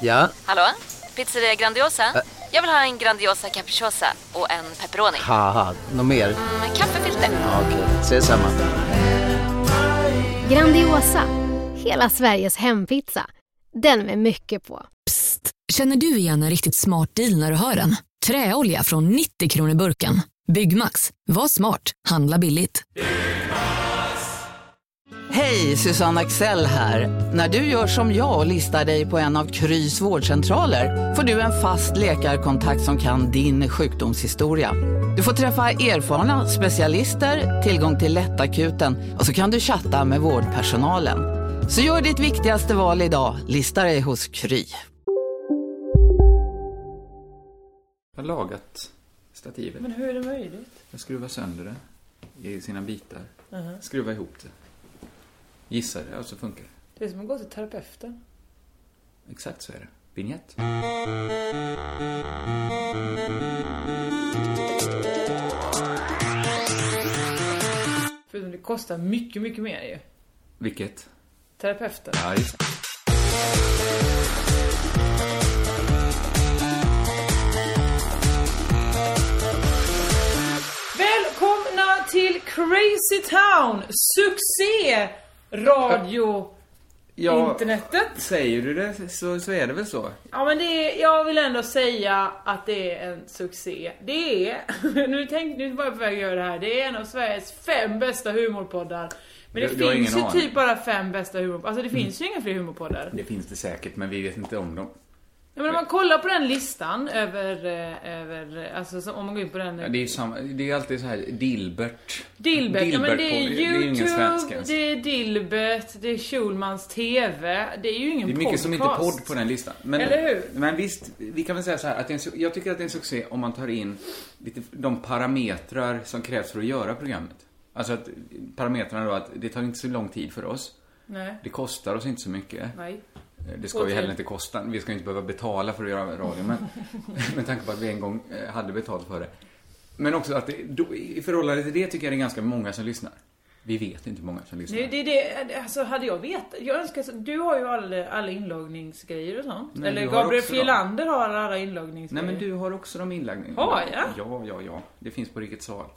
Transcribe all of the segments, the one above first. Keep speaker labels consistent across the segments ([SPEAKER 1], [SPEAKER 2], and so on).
[SPEAKER 1] Ja?
[SPEAKER 2] Hallå? Pizzeria Grandiosa? Jag vill ha en Grandiosa capriciosa och en pepperoni.
[SPEAKER 1] Haha, något mer?
[SPEAKER 2] Kaffefilter.
[SPEAKER 1] Ja, okej, ses samma.
[SPEAKER 3] Grandiosa, hela Sveriges hempizza. Den med mycket på.
[SPEAKER 4] Psst, känner du igen en riktigt smart deal när du hör den? Träolja från 90 kronor burken. Byggmax, var smart, handla billigt.
[SPEAKER 5] Hej, Susanne Axel här. När du gör som jag och listar dig på en av Krys vårdcentraler får du en fast läkarkontakt som kan din sjukdomshistoria. Du får träffa erfarna specialister, tillgång till lättakuten och så kan du chatta med vårdpersonalen. Så gör ditt viktigaste val idag, lista dig hos Kry.
[SPEAKER 6] Jag har lagat stativet.
[SPEAKER 7] Men hur är det möjligt?
[SPEAKER 6] Jag skruvar sönder det i sina bitar. Skruvar ihop det. Gissar det, och så funkar det.
[SPEAKER 7] Det är som att gå till terapeuten.
[SPEAKER 6] Exakt så är det. Vignett.
[SPEAKER 7] Förutom det kostar mycket, mycket mer ju.
[SPEAKER 6] Vilket?
[SPEAKER 7] Terapeuten.
[SPEAKER 6] Ja, just det.
[SPEAKER 7] Välkomna till Crazy Town. Succé! Radio... internetet.
[SPEAKER 6] Säger du det så är det väl så.
[SPEAKER 7] Ja, men jag vill ändå säga att det är en succé. Det är, nu var jag på väg att göra det här. Det är en av Sveriges 5 bästa humorpoddar. Men det finns ju typ bara 5 bästa humorpoddar. Alltså det finns ju inga fler humorpoddar.
[SPEAKER 6] Det finns det säkert, men vi vet inte om dem.
[SPEAKER 7] Ja, men om man kollar på den listan över alltså om man går in på den.
[SPEAKER 6] Ja, det är alltid så här Dilbert.
[SPEAKER 7] Ja, men det är YouTube,
[SPEAKER 6] det
[SPEAKER 7] är Dilbert, det är Schulmans TV. Det är ju ingen podcast.
[SPEAKER 6] Det är mycket som inte är podd på den listan. Men,
[SPEAKER 7] eller hur?
[SPEAKER 6] Men visst, vi kan väl säga så här att jag tycker att det är en succé om man tar in lite de parametrar som krävs för att göra programmet. Alltså att parametrarna då att det tar inte så lång tid för oss.
[SPEAKER 7] Nej.
[SPEAKER 6] Det kostar oss inte så mycket.
[SPEAKER 7] Nej.
[SPEAKER 6] Det ska ju heller inte kosta. Vi ska ju inte behöva betala för att göra radio. Men med tanke på att vi en gång hade betalt för det. Men också att i förhållande till det tycker jag det är ganska många som lyssnar. Vi vet inte hur många som lyssnar.
[SPEAKER 7] Nej, alltså hade jag vetat. Jag önskar, du har ju alla inloggningsgrejer och sånt.
[SPEAKER 6] Nej,
[SPEAKER 7] eller Gabriel Filander har alla inloggningsgrejer.
[SPEAKER 6] Nej, men du har också de inloggningarna.
[SPEAKER 7] Har jag?
[SPEAKER 6] Ja. Det finns på Rikets sal.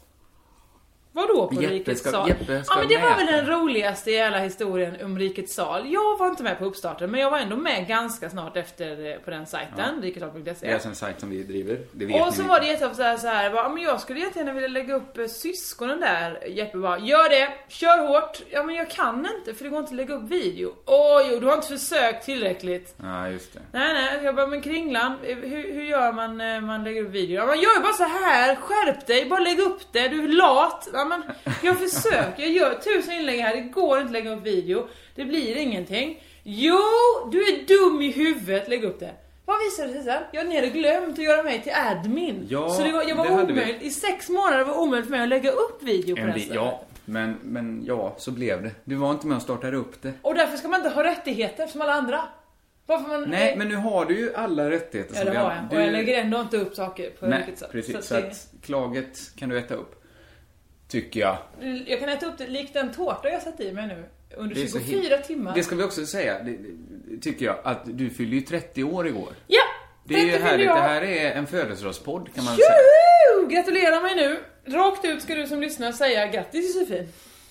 [SPEAKER 7] Vadå på Rikets sal? Ja, men det var väl den roligaste i hela historien om Rikets sal. Jag var inte med på uppstarten, men jag var ändå med ganska snart efter på den sajten, riketsal.se.
[SPEAKER 6] Det är en sajt som vi driver. Det vet
[SPEAKER 7] och så var det jättefint så här, men jag skulle jättegärna vilja lägga upp syskonen där. Jeppe bara, gör det, kör hårt. Ja, men jag kan inte, för det går inte att lägga upp video. Jo, du har inte försökt tillräckligt.
[SPEAKER 6] Ja, just det.
[SPEAKER 7] Nej, jag bara, men Kringlan, hur gör man när man lägger upp video? Ja, man gör ju bara så här, skärp dig, bara lägg upp det, du är lat. Ja, men jag försöker, jag gör 1000 inlägg här, det går inte att lägga upp video. Det blir ingenting. Jo, du är dum i huvudet, lägg upp det. Vad visade det sig sen? Ni hade glömt att göra mig till admin.
[SPEAKER 6] Ja,
[SPEAKER 7] så jag var omöjligt. I 6 månader var det omöjligt för mig att lägga upp video på det.
[SPEAKER 6] Ja, men ja, så blev det. Du var inte med och startade upp det.
[SPEAKER 7] Och därför ska man inte ha rättigheter som alla andra.
[SPEAKER 6] Nej, men nu har du ju alla rättigheter.
[SPEAKER 7] Ja, det har jag. Och jag lägger ändå inte upp saker på vilket sätt.
[SPEAKER 6] Precis, så att klaget kan du äta upp. Tycker jag.
[SPEAKER 7] Jag kan äta upp det likt en tårta jag satt i mig nu. Under 24 timmar.
[SPEAKER 6] Det ska vi också säga, tycker jag, att du fyllde ju 30 år igår.
[SPEAKER 7] Ja!
[SPEAKER 6] Det är ju härligt, det här är en födelsedagspodd kan man
[SPEAKER 7] säga.
[SPEAKER 6] Gratulerar
[SPEAKER 7] mig nu. Rakt ut ska du som lyssnar säga grattis Josefin.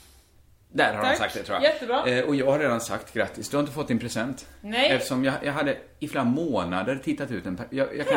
[SPEAKER 6] Där har han sagt det, tror jag.
[SPEAKER 7] Jättebra.
[SPEAKER 6] Och jag har redan sagt grattis. Du har inte fått din present.
[SPEAKER 7] Nej.
[SPEAKER 6] Eftersom jag hade i flera månader tittat ut en...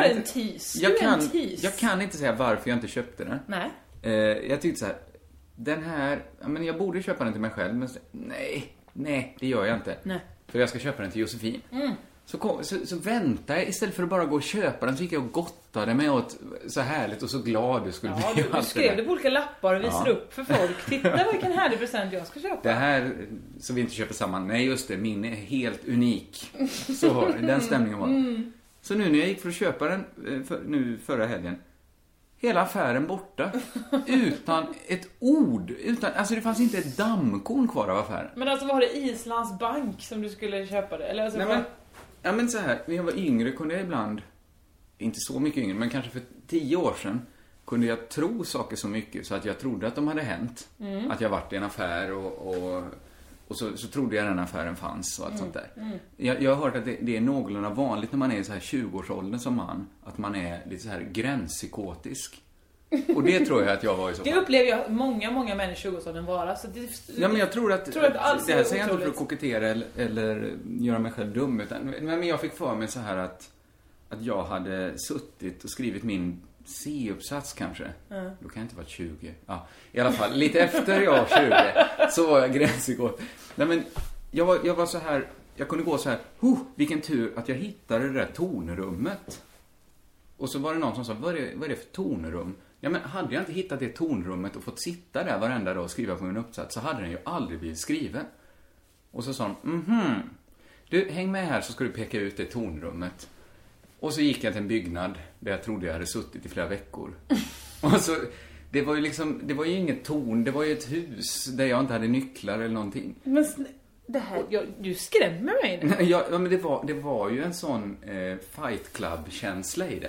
[SPEAKER 6] Jag kan inte säga varför jag inte köpte den.
[SPEAKER 7] Nej.
[SPEAKER 6] Jag tyckte så här, den här... Men jag borde köpa den till mig själv. Men nej, det gör jag inte.
[SPEAKER 7] Nej.
[SPEAKER 6] För jag ska köpa den till Josefin. Så väntar jag, istället för att bara gå och köpa den, så gick jag och gottade mig åt så härligt och så glad du skulle bli.
[SPEAKER 7] Du skrev det på olika lappar och visade upp för folk. Titta vilken härlig present jag ska köpa.
[SPEAKER 6] Det här, så vi inte köper samman. Nej, just det, min är helt unik. Så den stämningen var. Så nu när jag gick för att köpa den förra helgen, hela affären borta. Utan ett ord. Alltså det fanns inte ett dammkorn kvar av affären.
[SPEAKER 7] Men alltså var det Islands bank som du skulle köpa det? Eller alltså
[SPEAKER 6] men så här, när jag var yngre kunde jag ibland, inte så mycket yngre, men kanske för 10 år sedan kunde jag tro saker så mycket så att jag trodde att de hade hänt. Att jag varit i en affär och Och så trodde jag den affären fanns och allt sånt där. Jag har hört att det är någorlunda vanligt när man är i så här 20-årsåldern som man, att man är lite så här gränspsykotisk. Och det tror jag att jag var i så fall.
[SPEAKER 7] Det upplever jag många människor i 20-årsåldern vara. Så det,
[SPEAKER 6] ja, men jag tror att
[SPEAKER 7] det här
[SPEAKER 6] säger jag inte för att kokettera eller göra mig själv dum. Men jag fick för mig så här att jag hade suttit och skrivit min C-uppsats kanske. Då kan jag inte vara 20. Ja, i alla fall, lite efter jag var 20 så var jag gränspsykotisk. Nej, men jag var så här, jag kunde gå så här, vilken tur att jag hittade det där tonrummet. Och så var det någon som sa, vad är det för tonrum? Ja, men hade jag inte hittat det tonrummet och fått sitta där varenda dag och skriva på min uppsats så hade den ju aldrig blivit skriven. Och så sa de, du, häng med här så ska du peka ut det tonrummet. Och så gick jag till en byggnad där jag trodde jag hade suttit i flera veckor. Och så, det var ju inget torn, det var ju ett hus där jag inte hade nycklar eller någonting. Men
[SPEAKER 7] det här, du skrämmer mig nu.
[SPEAKER 6] Ja, men det var ju en sån Fight Club-känsla i det.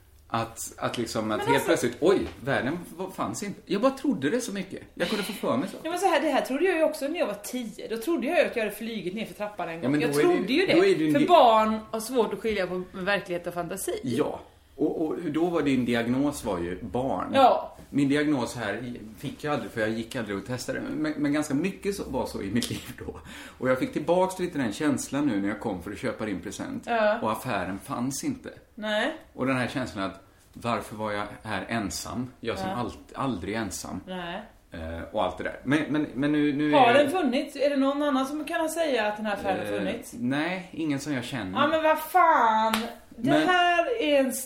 [SPEAKER 6] Att liksom, att helt plötsligt, världen fanns inte. Jag bara trodde det så mycket. Jag kunde få för mig så.
[SPEAKER 7] Ja, men så här, det här trodde jag ju också när jag var 10. Då trodde jag ju att jag hade flygit ner för trappan en gång. Jag trodde ju det. För barn har svårt att skilja på verklighet och fantasi.
[SPEAKER 6] Ja, och då var din diagnos var ju barn.
[SPEAKER 7] Ja.
[SPEAKER 6] Min diagnos här fick jag aldrig, för jag gick aldrig och testade. Men ganska mycket var så i mitt liv då. Och jag fick tillbaks lite den känslan nu när jag kom för att köpa din present. Ja. Och affären fanns inte.
[SPEAKER 7] Nej.
[SPEAKER 6] Och den här känslan att varför var jag här ensam? Jag som aldrig ensam.
[SPEAKER 7] Nej.
[SPEAKER 6] Och allt det där. Men nu
[SPEAKER 7] har den funnits? Är det någon annan som kan säga att den här affären har funnits?
[SPEAKER 6] Nej, ingen som jag känner.
[SPEAKER 7] Ja, men vad fan! Det här är en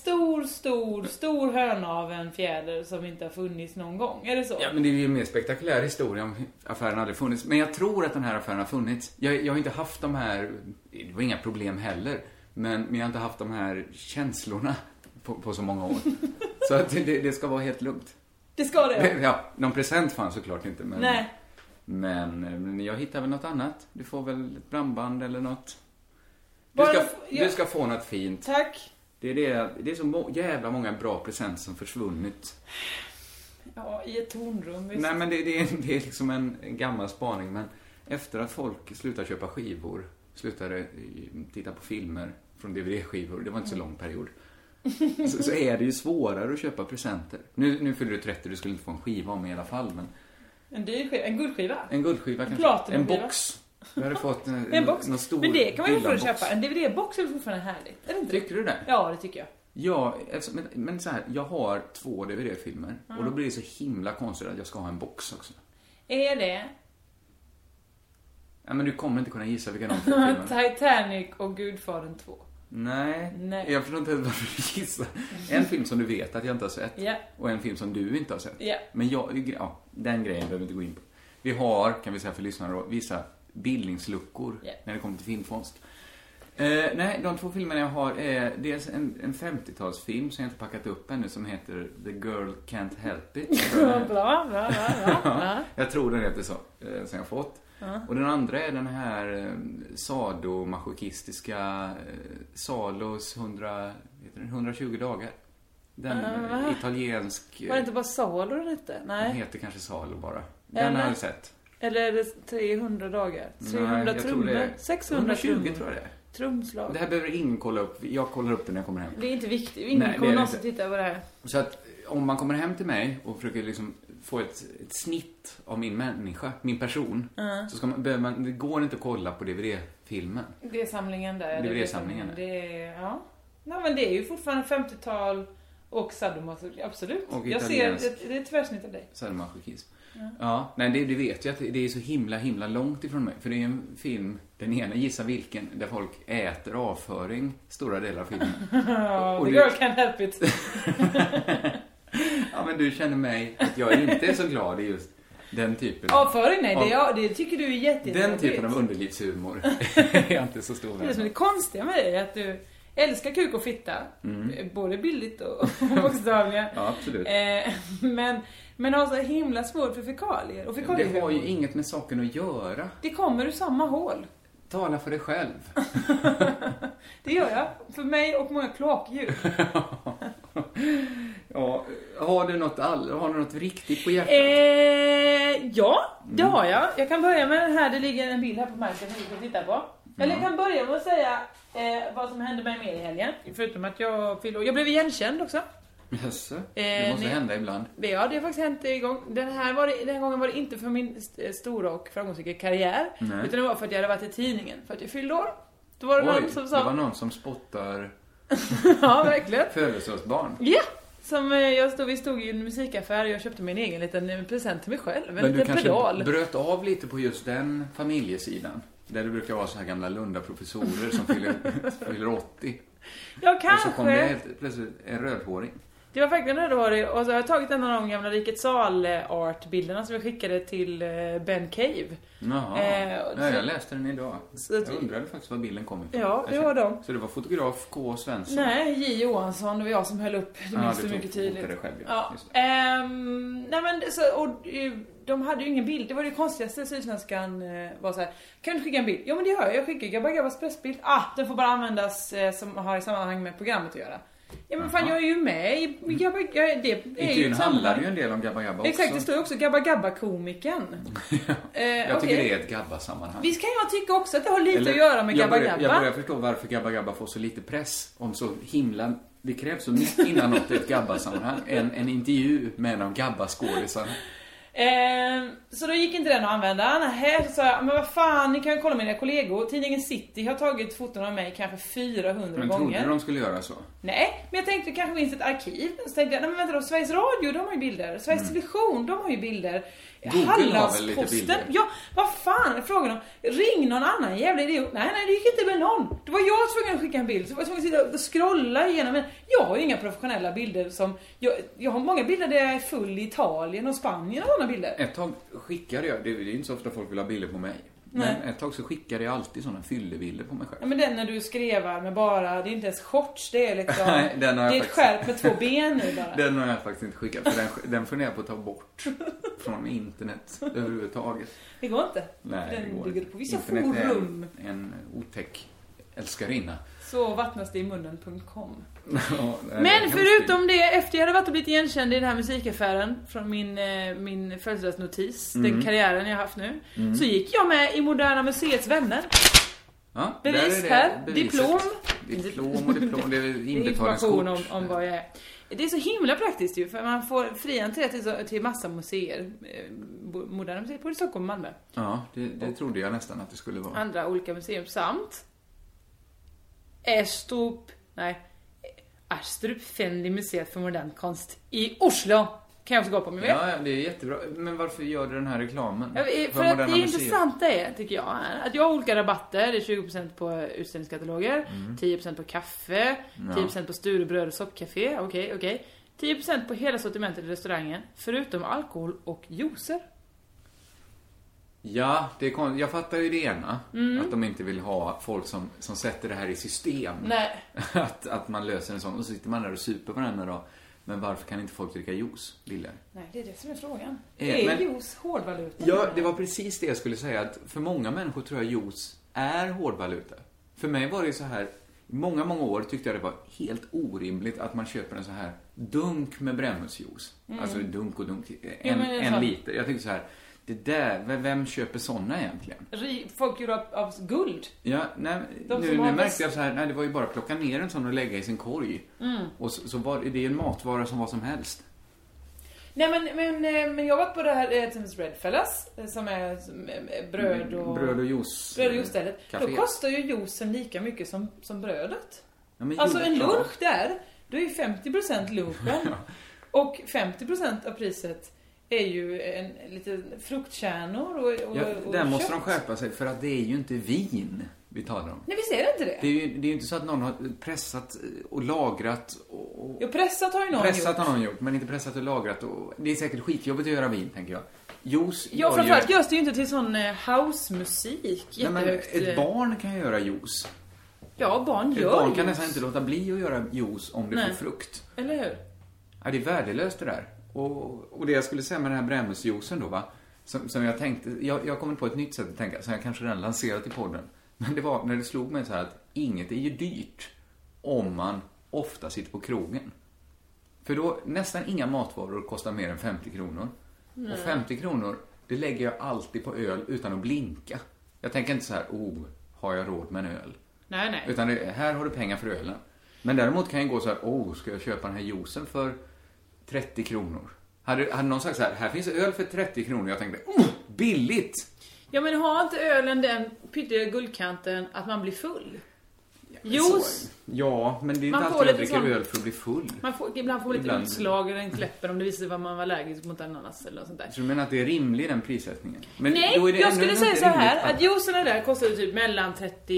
[SPEAKER 7] stor höna av en fjäder som inte har funnits någon gång. Är det så?
[SPEAKER 6] Ja, men det är ju en mer spektakulär historia om affären aldrig funnits. Men jag tror att den här affären har funnits. Jag har inte haft de här, det var inga problem heller. Men jag har inte haft de här känslorna på så många år. Så att det ska vara helt lugnt.
[SPEAKER 7] Det ska det,
[SPEAKER 6] ja. Någon present fanns såklart inte.
[SPEAKER 7] Nej.
[SPEAKER 6] Men jag hittar väl något annat. Du får väl ett brandband eller något. Du ska få något fint.
[SPEAKER 7] Tack.
[SPEAKER 6] Det är så jävla många bra presenter som försvunnit.
[SPEAKER 7] Ja, i ett tonrum. Visst.
[SPEAKER 6] Nej, men det är liksom en gammal spaning. Men efter att folk slutar köpa skivor, slutade titta på filmer från DVD-skivor, det var inte så lång period. Så är det ju svårare att köpa presenter. Nu fyller du 30, du skulle inte få en skiva om i alla fall. Men
[SPEAKER 7] en dyr skiva, en guldskiva.
[SPEAKER 6] En guldskiva kanske. En box. Du hade fått en box.
[SPEAKER 7] Men det kan man ju få köpa. En DVD-box är fortfarande härligt. Är det inte?
[SPEAKER 6] Tycker du det?
[SPEAKER 7] Ja, det tycker jag.
[SPEAKER 6] Ja, men så här, jag har 2 DVD-filmer. Och då blir det så himla konstigt att jag ska ha en box också.
[SPEAKER 7] Är det?
[SPEAKER 6] Ja, men du kommer inte kunna gissa vilka de 2 filmer.
[SPEAKER 7] Titanic och Gudfadern 2.
[SPEAKER 6] Nej, jag förstår inte varför du gissar. En film som du vet att jag inte har sett.
[SPEAKER 7] Yeah.
[SPEAKER 6] Och en film som du inte har sett.
[SPEAKER 7] Yeah.
[SPEAKER 6] Men den grejen behöver vi inte gå in på. Vi har, kan vi säga för lyssnare då, vissa bildningsluckor när det kommer till filmkonst. Nej, de 2 filmerna jag har är dels en 50-talsfilm som jag inte packat upp ännu som heter The Girl Can't Help It.
[SPEAKER 7] Bra.
[SPEAKER 6] Jag tror den heter så, som jag fått. Och den andra är den här sadomasochistiska Salos 120 dagar. Den italiensk...
[SPEAKER 7] Var det inte bara Salo den hette? Nej.
[SPEAKER 6] Den heter kanske Salo bara. Den har jag sett.
[SPEAKER 7] Eller är det 300 dagar? 300 trummor? 600
[SPEAKER 6] 120 tror jag det är.
[SPEAKER 7] Trumslag.
[SPEAKER 6] Det här behöver ingen kolla upp. Jag kollar upp det när jag kommer hem.
[SPEAKER 7] Det är inte viktigt. Ingen kommer någonsin titta på det här.
[SPEAKER 6] Så att om man kommer hem till mig och försöker liksom få ett snitt av min människa, min person, så det går inte att kolla på DVD-filmen.
[SPEAKER 7] Det är samlingen där.
[SPEAKER 6] DVD-samlingen.
[SPEAKER 7] Ja. Nej, men det är ju fortfarande 50-tal och sadomasochism. Absolut. Och jag ser det är ett tvärsnitt av dig.
[SPEAKER 6] Sadomasochism. Ja, nej, det vet jag att det är så himla långt ifrån mig. För det är en film, den ena gissar vilken, där folk äter avföring stora delar av filmen.
[SPEAKER 7] Och the girl can't help it.
[SPEAKER 6] Ja, men du känner mig att jag inte är så glad i just den typen.
[SPEAKER 7] Avföring, nej, det tycker du är jättejobbigt.
[SPEAKER 6] Den typen av underlivshumor är jag inte så stor.
[SPEAKER 7] Det som är konstiga med det är att du älskar kuk och fitta. Både billigt och bokstavligen.
[SPEAKER 6] Ja, absolut.
[SPEAKER 7] Men har så himla svårt för fekalier. Och
[SPEAKER 6] det har ju inget med saken att göra.
[SPEAKER 7] Det kommer ur samma hål.
[SPEAKER 6] Tala för dig själv.
[SPEAKER 7] Det gör jag. För mig och många kloakdjur.
[SPEAKER 6] Ja, har du något riktigt på hjärtat?
[SPEAKER 7] Ja, det har jag. Jag kan börja med den här. Det ligger en bild här på marken som vi kan titta på. Eller jag kan börja med att säga vad som hände mig mer i helgen. Förutom att jag blev igenkänd också.
[SPEAKER 6] Yes. Det måste hända ibland.
[SPEAKER 7] Ja, det har faktiskt hänt en gång. Den gången var det inte för min stora och framgångsrika karriär. Nej. Utan det var för att jag hade varit i tidningen. För att jag fyllde år. Då var det någon som sa...
[SPEAKER 6] Det var någon som spottar...
[SPEAKER 7] Ja, verkligen.
[SPEAKER 6] Födelsedagsbarn.
[SPEAKER 7] Ja. Vi stod i en musikaffär och jag köpte mig en egen liten present till mig själv.
[SPEAKER 6] Men du kanske bröt av lite på just den familjesidan. Där det brukar vara så här gamla Lunda-professorer som fyller 80.
[SPEAKER 7] Ja, kanske.
[SPEAKER 6] Och så kom det helt plötsligt en rödhåring.
[SPEAKER 7] Det var faktiskt en rödhårig. Och så har jag tagit en av de gamla Rikets Sal-art-bilderna som jag skickade till Ben Cave.
[SPEAKER 6] Jaha, jag läste den idag. Jag undrade faktiskt var bilden kom ifrån.
[SPEAKER 7] Ja, det var de.
[SPEAKER 6] Så det var fotograf K. Svensson?
[SPEAKER 7] Nej, J. Johansson. Det var jag som höll upp. Det minns du mycket tydligt.
[SPEAKER 6] Det själv,
[SPEAKER 7] ja. Nej, men de hade ju ingen bild. Det var det konstigaste. Sydsvenskan var så här: kan du skicka en bild? Ja, men det gör jag. Jag skickar Gabba Gabbas pressbild. Den får bara användas som har i sammanhang med programmet att göra. Ja, men fan, jag är ju med i Gabba Gabba.
[SPEAKER 6] Det handlar ju en del om Gabba Gabba också.
[SPEAKER 7] Exakt, det står ju också Gabba Gabba-komikern.
[SPEAKER 6] Jag tycker det är ett Gabba-sammanhang.
[SPEAKER 7] Visst kan jag tycka också att det har lite att göra med Gabba Gabba.
[SPEAKER 6] Jag börjar förstå varför Gabba Gabba får så lite press. Om så himla... Det krävs så mycket innan något är ett Gabba-sammanhang. En intervju med en av Gabba-skådisarna.
[SPEAKER 7] Så då gick inte den att använda. Så sa jag, men vad fan, ni kan ju kolla med era kollegor. Tidningen City har tagit foton av mig kanske 400 gånger.
[SPEAKER 6] Men trodde du de skulle göra så?
[SPEAKER 7] Nej, men jag tänkte kanske minst ett arkiv. Så tänkte jag, nej men vänta då, Sveriges Radio, de har ju bilder. Sveriges Television, de har ju bilder. Hallandsposten, ja, vad fan är frågan om? Ring någon annan jävla idiot. Nej, det gick inte med någon. Det var jag tvungen att skicka en bild. Så var jag tvungen att sitta och scrolla igenom. Men jag har ju inga professionella bilder som... Jag har många bilder där jag är full i Italien och Spanien och sådana bilder.
[SPEAKER 6] Ett tag skickade jag, det är inte så ofta folk vill ha bilder på mig. Men ett tag så skickade jag alltid sådana fyllebilder på mig själv.
[SPEAKER 7] Ja, men den när du skrevar med bara, det är inte ens shorts, det är liksom... Nej, det är ett skärp med 2 ben nu bara.
[SPEAKER 6] Den har jag faktiskt inte skickat, för den funderar på att ta bort från internet överhuvudtaget.
[SPEAKER 7] Det går inte.
[SPEAKER 6] Nej,
[SPEAKER 7] den
[SPEAKER 6] ligger
[SPEAKER 7] på vissa
[SPEAKER 6] internet
[SPEAKER 7] forum.
[SPEAKER 6] Är en otäck älskarinna.
[SPEAKER 7] Så vattnas det i munnen.com. Men förutom det, efter jag hade varit och blivit igenkänd i den här musikaffären från min födelsedagsnotis, den karriären jag har haft nu, så gick jag med i Moderna Museets vänner.
[SPEAKER 6] Ja,
[SPEAKER 7] bevis här, diplom
[SPEAKER 6] och diplom, det är
[SPEAKER 7] information om vad jag är. Det är så himla praktiskt ju, för man får fri entré till massa museer. Moderna Museet både i Stockholm och Malmö.
[SPEAKER 6] Ja, det trodde jag nästan att det skulle vara.
[SPEAKER 7] Andra olika museer samt Astrup Fendi Museet för modern konst i Oslo. Kan jag också gå på mig med?
[SPEAKER 6] Ja, det är jättebra. Men varför gör du den här reklamen?
[SPEAKER 7] För att det intressanta är, tycker jag, att jag har olika rabatter. Det är 20% på utställningskataloger, 10% på kaffe, 10% på Sturebröd och soppcafé. Okej. 10% på hela sortimentet i restaurangen, förutom alkohol och juicer.
[SPEAKER 6] Ja, jag fattar ju det ena. Att de inte vill ha folk som sätter det här i system.
[SPEAKER 7] Nej.
[SPEAKER 6] Att man löser en sån. Och så sitter man där och super på den då. Men varför kan inte folk dricka juice billigare?
[SPEAKER 7] Nej, det är det som är frågan. Är juice hårdvaluta?
[SPEAKER 6] Ja, det var precis det jag skulle säga. Att för många människor tror jag juice är hårdvaluta. För mig var det så här... Många år tyckte jag det var helt orimligt att man köper en så här dunk med brännmusjuice. Alltså dunk och dunk. En liter. Jag tyckte så här... Det där, vem köper såna egentligen?
[SPEAKER 7] Folk gör av guld.
[SPEAKER 6] Ja, nej, nu märkte jag så här, nej, det var ju bara att plocka ner en sån och lägga i sin korg. Och så var det en matvara som vad som helst.
[SPEAKER 7] Nej, men jag har varit på det här Redfellas som är bröd och juice. Bröd och juice-stället. Då kostar ju juicen lika mycket som brödet. Ja, alltså en lunch där, då är ju 50% lunchen. Och 50% av priset är ju en lite fruktkärnor och
[SPEAKER 6] där måste de skärpa sig, för att det är ju inte vin vi talar om.
[SPEAKER 7] Nej, vi ser inte det.
[SPEAKER 6] Det är ju inte så att någon har pressat och lagrat
[SPEAKER 7] Jo, pressat har ju någon gjort.
[SPEAKER 6] Pressat har någon gjort, men inte pressat och lagrat. Det är säkert skitjobbigt att göra vin, tänker jag. Juice.
[SPEAKER 7] Ja, framförallt görs det ju inte till sån housemusik.
[SPEAKER 6] Jättehögt. Ett barn kan göra juice.
[SPEAKER 7] Ja, barn gör
[SPEAKER 6] ett barn kan nästan inte låta bli att göra juice om det får frukt.
[SPEAKER 7] Eller hur?
[SPEAKER 6] Ja, det är värdelöst det där. Och det jag skulle säga med den här brännmusjuicen då, va? Som jag tänkte, jag kommer på ett nytt sätt att tänka, som jag kanske redan lanserat i podden. Men det var när det slog mig så här att inget är ju dyrt om man ofta sitter på krogen. För då nästan inga matvaror kostar mer än 50 kronor. Och 50 kronor, det lägger jag alltid på öl utan att blinka. Jag tänker inte så här, har jag råd med en öl?
[SPEAKER 7] Nej.
[SPEAKER 6] Utan här har du pengar för ölen. Men däremot kan jag gå så här, ska jag köpa den här juicen för 30 kronor? Hade någon sagt så här finns öl för 30 kronor. Jag tänkte, billigt!
[SPEAKER 7] Ja, men har inte ölen den pyttiga guldkanten att man blir full? Juice.
[SPEAKER 6] Ja, men det är inte alltid jag dricker öl för att bli full.
[SPEAKER 7] Ibland får man lite utslag eller en läppen om det visar sig vad man var allergisk mot ananas eller sånt där.
[SPEAKER 6] Så du menar att det är rimligt den prissättningen? Men
[SPEAKER 7] nej,
[SPEAKER 6] då är det
[SPEAKER 7] jag skulle säga så här att juicerna där kostar typ mellan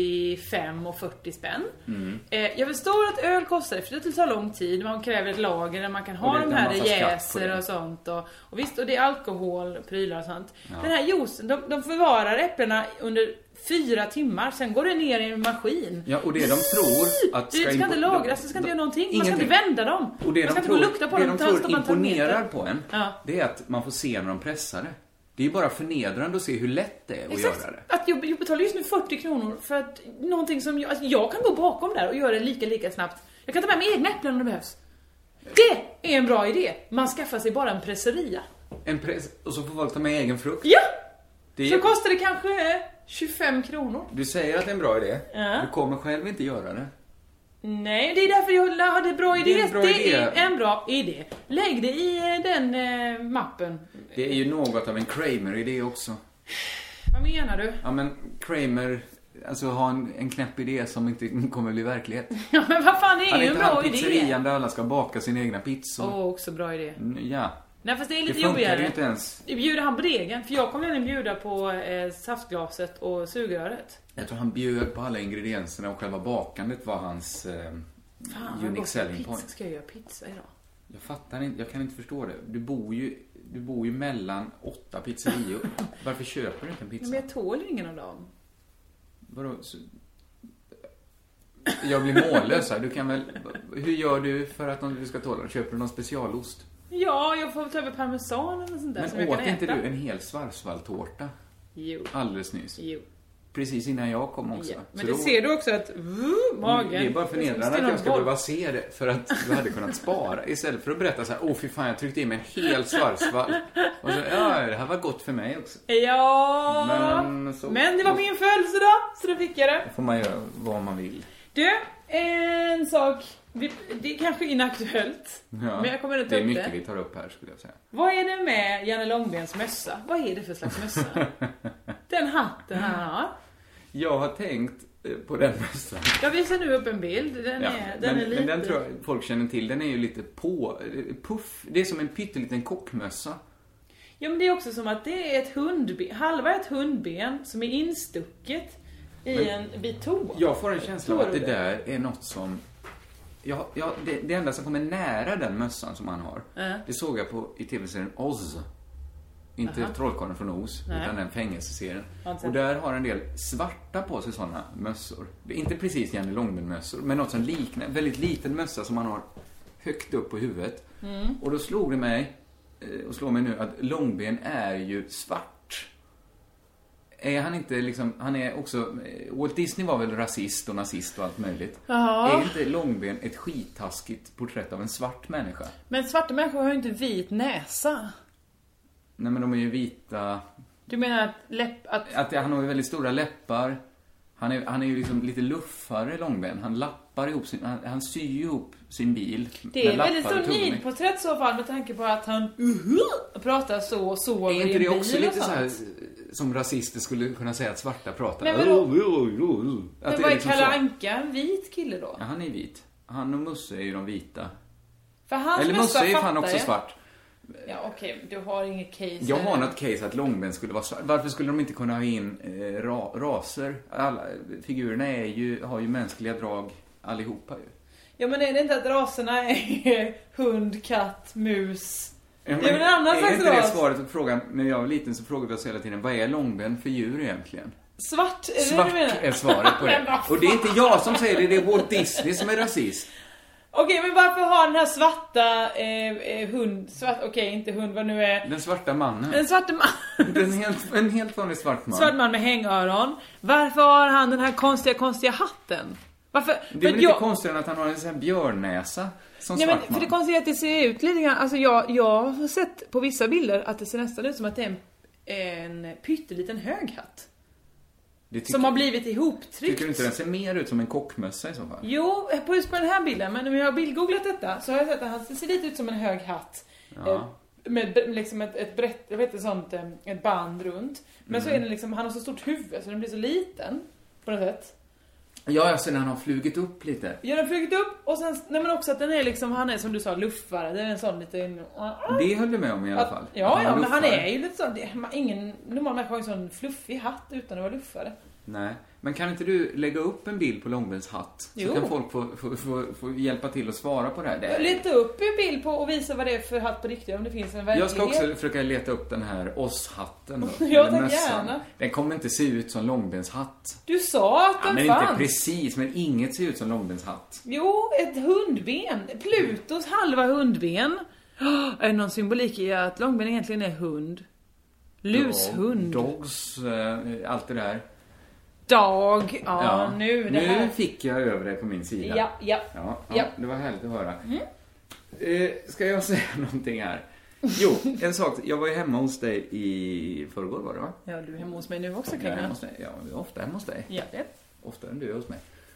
[SPEAKER 7] 35 och 40 spänn. Jag förstår att öl kostar, för det tar lång tid. Man kräver ett lager där man kan ha de här jäser och sånt. Och visst, och det är alkohol, prylar och sånt. Ja. Den här juicen, de förvarar äpplena under 4 timmar, sen går det ner i en maskin.
[SPEAKER 6] Ja, och det de tror att
[SPEAKER 7] det ska inte lagras, det ska inte göra någonting. Man ska inte vända dem.
[SPEAKER 6] Och det
[SPEAKER 7] man ska
[SPEAKER 6] de tror,
[SPEAKER 7] inte lukta på
[SPEAKER 6] det
[SPEAKER 7] dem.
[SPEAKER 6] de tror imponerar på en, det är att man får se när de pressar det. Det är ju bara förnedrande att se hur lätt det är att göra det.
[SPEAKER 7] Att jag betalar just nu 40 kronor för att någonting som jag kan gå bakom där och göra det lika snabbt. Jag kan ta med mig egna äpplen om det behövs. Det är en bra idé. Man skaffar sig bara en presseria.
[SPEAKER 6] Och så får folk ta med egen frukt.
[SPEAKER 7] Ja! Så kostar det kanske 25 kronor.
[SPEAKER 6] Du säger att det är en bra idé.
[SPEAKER 7] Ja.
[SPEAKER 6] Du kommer själv inte göra det.
[SPEAKER 7] Nej, det är därför jag hade bra idé. Det är en bra idé. Lägg det i den mappen.
[SPEAKER 6] Det är ju något av en Kramer-idé också.
[SPEAKER 7] Vad menar du?
[SPEAKER 6] Ja, men Kramer, alltså ha en knäpp idé som inte kommer bli verklighet.
[SPEAKER 7] Ja, men vad fan, det är ju en bra idé.
[SPEAKER 6] Pizzerian där alla ska baka sin egna pizza.
[SPEAKER 7] Också bra idé.
[SPEAKER 6] Ja.
[SPEAKER 7] Nej, fast det är lite
[SPEAKER 6] det funkar
[SPEAKER 7] jobbigare.
[SPEAKER 6] Ju inte ens.
[SPEAKER 7] Bjuder han på degen? För jag kommer nämligen bjuda på saftglaset och sugröret.
[SPEAKER 6] Jag tror han bjöd på alla ingredienserna och själva bakandet var hans unique selling point.
[SPEAKER 7] Ska jag göra pizza idag?
[SPEAKER 6] Jag fattar inte, jag kan inte förstå det. Du bor ju mellan 8 pizzerior. Varför köper du inte en pizza?
[SPEAKER 7] Men jag tål ingen av dem.
[SPEAKER 6] Vadå? Jag blir mållös här. Du kan väl... Hur gör du för att du ska tåla? Köper du någon specialost?
[SPEAKER 7] Ja, jag får ta över parmesan eller sånt där.
[SPEAKER 6] Men
[SPEAKER 7] som jag kan äta.
[SPEAKER 6] inte du en hel svarsvalltårta?
[SPEAKER 7] Jo.
[SPEAKER 6] Alldeles nyss.
[SPEAKER 7] Jo.
[SPEAKER 6] Precis innan jag kom också.
[SPEAKER 7] Ja. Men så det ser du också att magen...
[SPEAKER 6] Det är bara förnedrande att jag ska behöva se det. För att du hade kunnat spara. Istället för att berätta så här, fy fan, jag tryckte in mig en hel svarsvall. Och så, det här var gott för mig också.
[SPEAKER 7] Ja. Men det var min födelsedag, så då fick jag det.
[SPEAKER 6] Då får man göra vad man vill.
[SPEAKER 7] Du, en sak. Det är kanske inaktuellt. Ja, men jag kommer inte ta upp det.
[SPEAKER 6] Det är mycket vi tar upp här, skulle jag säga.
[SPEAKER 7] Vad är det med Janne Långbens mössa? Vad är det för slags mössa? Den hatten han har.
[SPEAKER 6] Jag har tänkt på den mössan.
[SPEAKER 7] Jag visar nu upp en bild. Den är lite...
[SPEAKER 6] Men den tror jag folk känner till. Den är ju lite puff. Det är som en pytteliten kockmössa.
[SPEAKER 7] Ja, men det är också som att det är ett hundben. Halva ett hundben som är instucket i en bit tå.
[SPEAKER 6] Jag får en känsla av att det där är något som... det enda som kommer nära den mössan som han har, det såg jag i tv-serien Oz. Inte Trollkarlen från Oz, utan den fängelseserien. Och där har en del svarta på sig sådana mössor. Det är inte precis Janne Långben-mössor, men något som liknar en väldigt liten mössa som han har högt upp på huvudet. Och då slog det mig, och slår mig nu, att Långben är ju svart. Är han inte liksom, han är också, Walt Disney var väl rasist och nazist och allt möjligt.
[SPEAKER 7] Aha.
[SPEAKER 6] Är inte Långben ett skittaskigt porträtt av en svart människa?
[SPEAKER 7] Men svarta människor har ju inte vit näsa.
[SPEAKER 6] Nej, men de är ju vita.
[SPEAKER 7] Du menar att
[SPEAKER 6] han har ju väldigt stora läppar. Han är ju liksom lite luffare, Långben. Han lappar ihop han syr ihop sin bil.
[SPEAKER 7] Det är väldigt stor nidporträtt så fall med tanke på att han pratar så
[SPEAKER 6] är inte det också lite så här som rasister skulle kunna säga att svarta pratar?
[SPEAKER 7] Men vad är liksom Kalle Anka en vit kille då?
[SPEAKER 6] Ja, han är vit. Han och Musse är ju de vita.
[SPEAKER 7] För hans
[SPEAKER 6] eller Musse är ju fan också svart.
[SPEAKER 7] Ja, okej, du har inget case.
[SPEAKER 6] Jag har något case att Långben skulle vara svart. Varför skulle de inte kunna ha in raser? Alla figurerna har ju mänskliga drag allihopa ju.
[SPEAKER 7] Ja, men är det inte att raserna är hund, katt, mus? Det är väl en annan slags ras?
[SPEAKER 6] Är inte det svaret på frågan? När jag var liten så frågade jag hela tiden, vad är Långben för djur egentligen?
[SPEAKER 7] Svart, är det
[SPEAKER 6] svart
[SPEAKER 7] det du menar?
[SPEAKER 6] Är svaret på det. Och det är inte jag som säger det är Walt Disney som är rasist.
[SPEAKER 7] Okej, men varför har den här svarta hund... Okej, inte hund, vad nu är...
[SPEAKER 6] Den svarta mannen.
[SPEAKER 7] Den svarta mannen.
[SPEAKER 6] En helt vanlig svart man.
[SPEAKER 7] Svart man med hängöron. Varför har han den här konstiga hatten? Varför?
[SPEAKER 6] Det är väl inte konstigt att han har en sån här björnnäsa som
[SPEAKER 7] Nej,
[SPEAKER 6] svart
[SPEAKER 7] men för
[SPEAKER 6] man.
[SPEAKER 7] det konstiga är att det ser ut lite grann. Alltså jag har sett på vissa bilder att det ser nästan ut som att det är en pytteliten hög hatt. Som har blivit ihoptryckt.
[SPEAKER 6] Tycker du inte den ser mer ut som en kockmössa i så fall?
[SPEAKER 7] Jo, på just på den här bilden. Men om jag har bildgooglat detta så har jag sett att han ser lite ut som en hög hatt.
[SPEAKER 6] Ja.
[SPEAKER 7] Med liksom ett brett, jag vet inte sånt, ett band runt. Men så är den liksom, han har så stort huvud så den blir så liten på något sätt.
[SPEAKER 6] Ja, alltså när han har flugit upp lite.
[SPEAKER 7] Ja, den har flugit upp och sen, nej men också att den är liksom, han är som du sa, luffare. Det är en sån liten...
[SPEAKER 6] Det höll du med om i alla fall.
[SPEAKER 7] Ja, men han är ju lite sån, ingen normal människa har en sån fluffig hatt utan att vara luffare.
[SPEAKER 6] Nej, men kan inte du lägga upp en bild på Långbens hatt? Så
[SPEAKER 7] Jo.
[SPEAKER 6] kan folk få hjälpa till att svara på det här.
[SPEAKER 7] Leta upp en bild på och visa vad det är för hatt på riktigt, om det finns en verklighet.
[SPEAKER 6] Jag ska också försöka leta upp den här Oss-hatten då.
[SPEAKER 7] Ja,
[SPEAKER 6] Eller
[SPEAKER 7] tack,
[SPEAKER 6] mössan.
[SPEAKER 7] gärna.
[SPEAKER 6] Den kommer inte se ut som Långbens hatt.
[SPEAKER 7] Du sa att den
[SPEAKER 6] men
[SPEAKER 7] fanns.
[SPEAKER 6] inte precis, men inget ser ut som Långbens hatt.
[SPEAKER 7] Jo, ett hundben. Plutos halva hundben. Är det någon symbolik i att Långben egentligen är hund? Lushund.
[SPEAKER 6] Dogs, allt det där.
[SPEAKER 7] Dag. Ja, nu det här.
[SPEAKER 6] Nu fick jag över det på min sida.
[SPEAKER 7] Ja.
[SPEAKER 6] Ja, det var härligt att höra. Ska jag säga någonting här? Jo, en sak. Jag var ju hemma hos dig i förrgår, var det va?
[SPEAKER 7] Ja, du är hemma hos mig nu också,
[SPEAKER 6] Ja,
[SPEAKER 7] Kringlan.
[SPEAKER 6] jag är ofta hemma hos dig.
[SPEAKER 7] Ja, det.
[SPEAKER 6] Oftare än du är hos mig.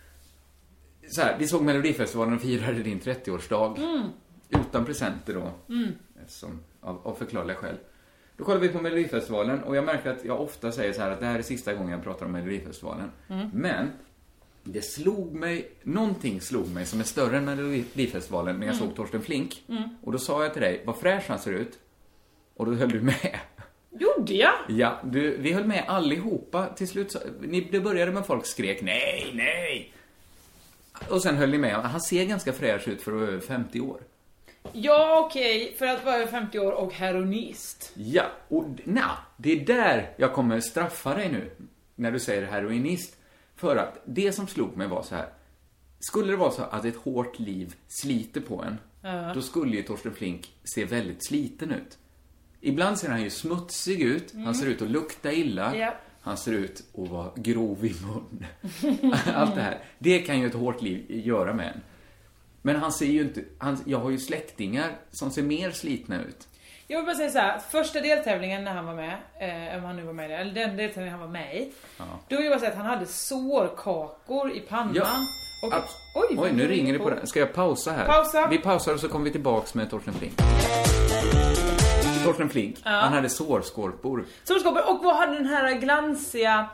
[SPEAKER 6] Så här, vi såg Melodifestivalen och firade din 30-årsdag. Utan presenter då. Eftersom, av förklarliga skäl. Då kollade vi på Melodifestivalen och jag märker att jag ofta säger så här att det här är sista gången jag pratar om Melodifestivalen. Men det någonting slog mig som är större än Melodifestivalen när jag såg Torsten Flink. Och då sa jag till dig, vad fräsch han ser ut. Och då höll du med.
[SPEAKER 7] Gjorde jag?
[SPEAKER 6] Ja, vi höll med allihopa. Till slut det började med folk skrek nej. Och sen höll ni med. Han ser ganska fräsch ut för att vara över 50 år.
[SPEAKER 7] Ja, okej. För att vara över 50 år och heroinist.
[SPEAKER 6] Ja, och det är där jag kommer straffa dig nu. När du säger heroinist. För att det som slog mig var så här. Skulle det vara så att ett hårt liv sliter på en. Då skulle ju Torsten Flink se väldigt sliten ut. Ibland ser han ju smutsig ut. Han ser ut att lukta illa.
[SPEAKER 7] Ja.
[SPEAKER 6] Han ser ut att vara grov i mun. Allt det här. Det kan ju ett hårt liv göra med en. Men han ser ju inte... jag har ju släktingar som ser mer slitna ut.
[SPEAKER 7] Jag vill bara säga så här. Första deltävlingen när han var med, om han nu var med där, eller den deltävlingen han var med i. Då vill jag bara säga att han hade sårkakor i pannan.
[SPEAKER 6] Ja.
[SPEAKER 7] Och,
[SPEAKER 6] oj, nu ringer det på den. Ska jag pausa här?
[SPEAKER 7] Pausa.
[SPEAKER 6] Vi pausar och så kommer vi tillbaks med Torsten Flink. Torsten Flink, han hade sårskorpor.
[SPEAKER 7] Och vad hade den här glansiga...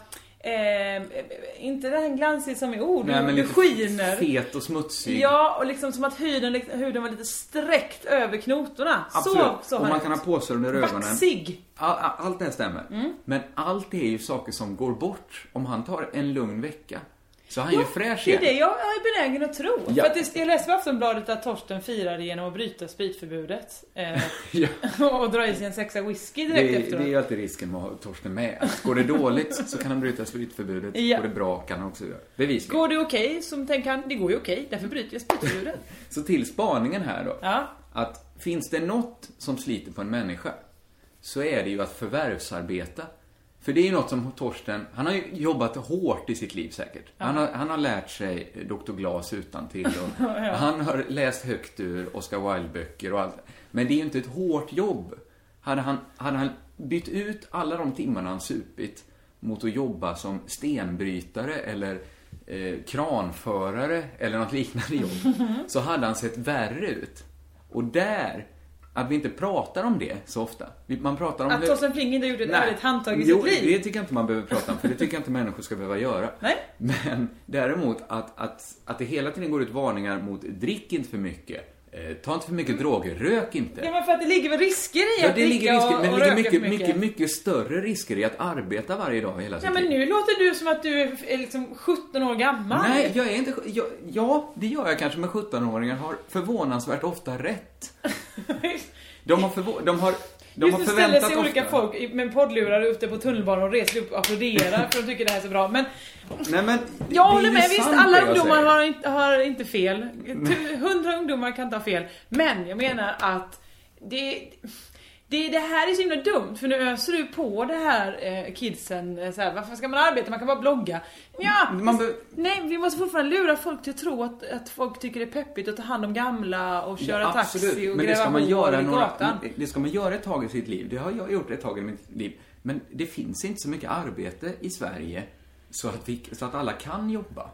[SPEAKER 7] inte den glansig som i ord.
[SPEAKER 6] Nej, men lite
[SPEAKER 7] skiner.
[SPEAKER 6] Fet och smutsig.
[SPEAKER 7] Ja, och liksom som att huden var lite sträckt över knotorna.
[SPEAKER 6] Absolut.
[SPEAKER 7] Så
[SPEAKER 6] och man kan ha påsar under ögonen.
[SPEAKER 7] Vaxig.
[SPEAKER 6] Allt det här stämmer. Men allt är ju saker som går bort om han tar en lugn vecka. Så han är ju fräsch igen.
[SPEAKER 7] Det är det jag är benägen att tro.
[SPEAKER 6] Ja.
[SPEAKER 7] För att jag läste på Aftonbladet att Torsten firade genom att bryta spritförbudet. Och dra i sig en sexa whisky direkt efteråt.
[SPEAKER 6] Det är ju alltid risken med att ha Torsten med. Går det dåligt så kan han bryta spritförbudet. Går det bra kan han också göra. Bevisligen.
[SPEAKER 7] Går det okej, som tänker han, det går ju okej. Därför bryter jag spritförbudet.
[SPEAKER 6] Så till spaningen här då.
[SPEAKER 7] Ja.
[SPEAKER 6] Att finns det något som sliter på en människa så är det ju att förvärvsarbeta. För det är ju något som Torsten, han har ju jobbat hårt i sitt liv säkert. Ja. Han har lärt sig Dr. Glas utantill och han har läst högt ur Oscar Wilde-böcker och allt. Men det är ju inte ett hårt jobb. Hade han bytt ut alla de timmarna han supit mot att jobba som stenbrytare eller kranförare eller något liknande jobb så hade han sett värre ut. Och att vi inte pratar om det så ofta. Man pratar om
[SPEAKER 7] att Torsten Flink inte gjort ett ärligt handtag i sitt liv.
[SPEAKER 6] Det tycker jag inte man behöver prata om. För det tycker jag inte människor ska behöva göra.
[SPEAKER 7] Nej.
[SPEAKER 6] Men däremot att det hela tiden går ut varningar mot drick inte för mycket. Ta inte för mycket droger. Rök inte.
[SPEAKER 7] Ja, men för att det ligger väl risker i att
[SPEAKER 6] det ligger
[SPEAKER 7] dricka
[SPEAKER 6] risker, men
[SPEAKER 7] och
[SPEAKER 6] det
[SPEAKER 7] röka
[SPEAKER 6] ligger mycket större risker i att arbeta varje dag hela sitt
[SPEAKER 7] Ja, men
[SPEAKER 6] liv.
[SPEAKER 7] nu låter du som att du är liksom 17 år gammal.
[SPEAKER 6] Nej, jag är inte... Ja, det gör jag kanske, men 17-åringar har förvånansvärt ofta rätt. De har
[SPEAKER 7] ställer sig olika folk med poddlurar ute på tunnelbanan och reser upp och applåderar för de tycker det här är så bra. Men jag håller med, visst, alla ungdomar har inte fel. 100 ungdomar kan inte ha fel. Men jag menar att Det här är så himla dumt, för nu öser du på det här kidsen så här, varför ska man arbeta? Man kan bara blogga. Ja, nej, vi måste fortfarande lura folk till att tro att folk tycker det är peppigt att ta hand om gamla och köra taxi och gräva hål i gatan.
[SPEAKER 6] Det ska man göra ett tag i sitt liv. Det har jag gjort ett tag i mitt liv. Men det finns inte så mycket arbete i Sverige så att alla kan jobba.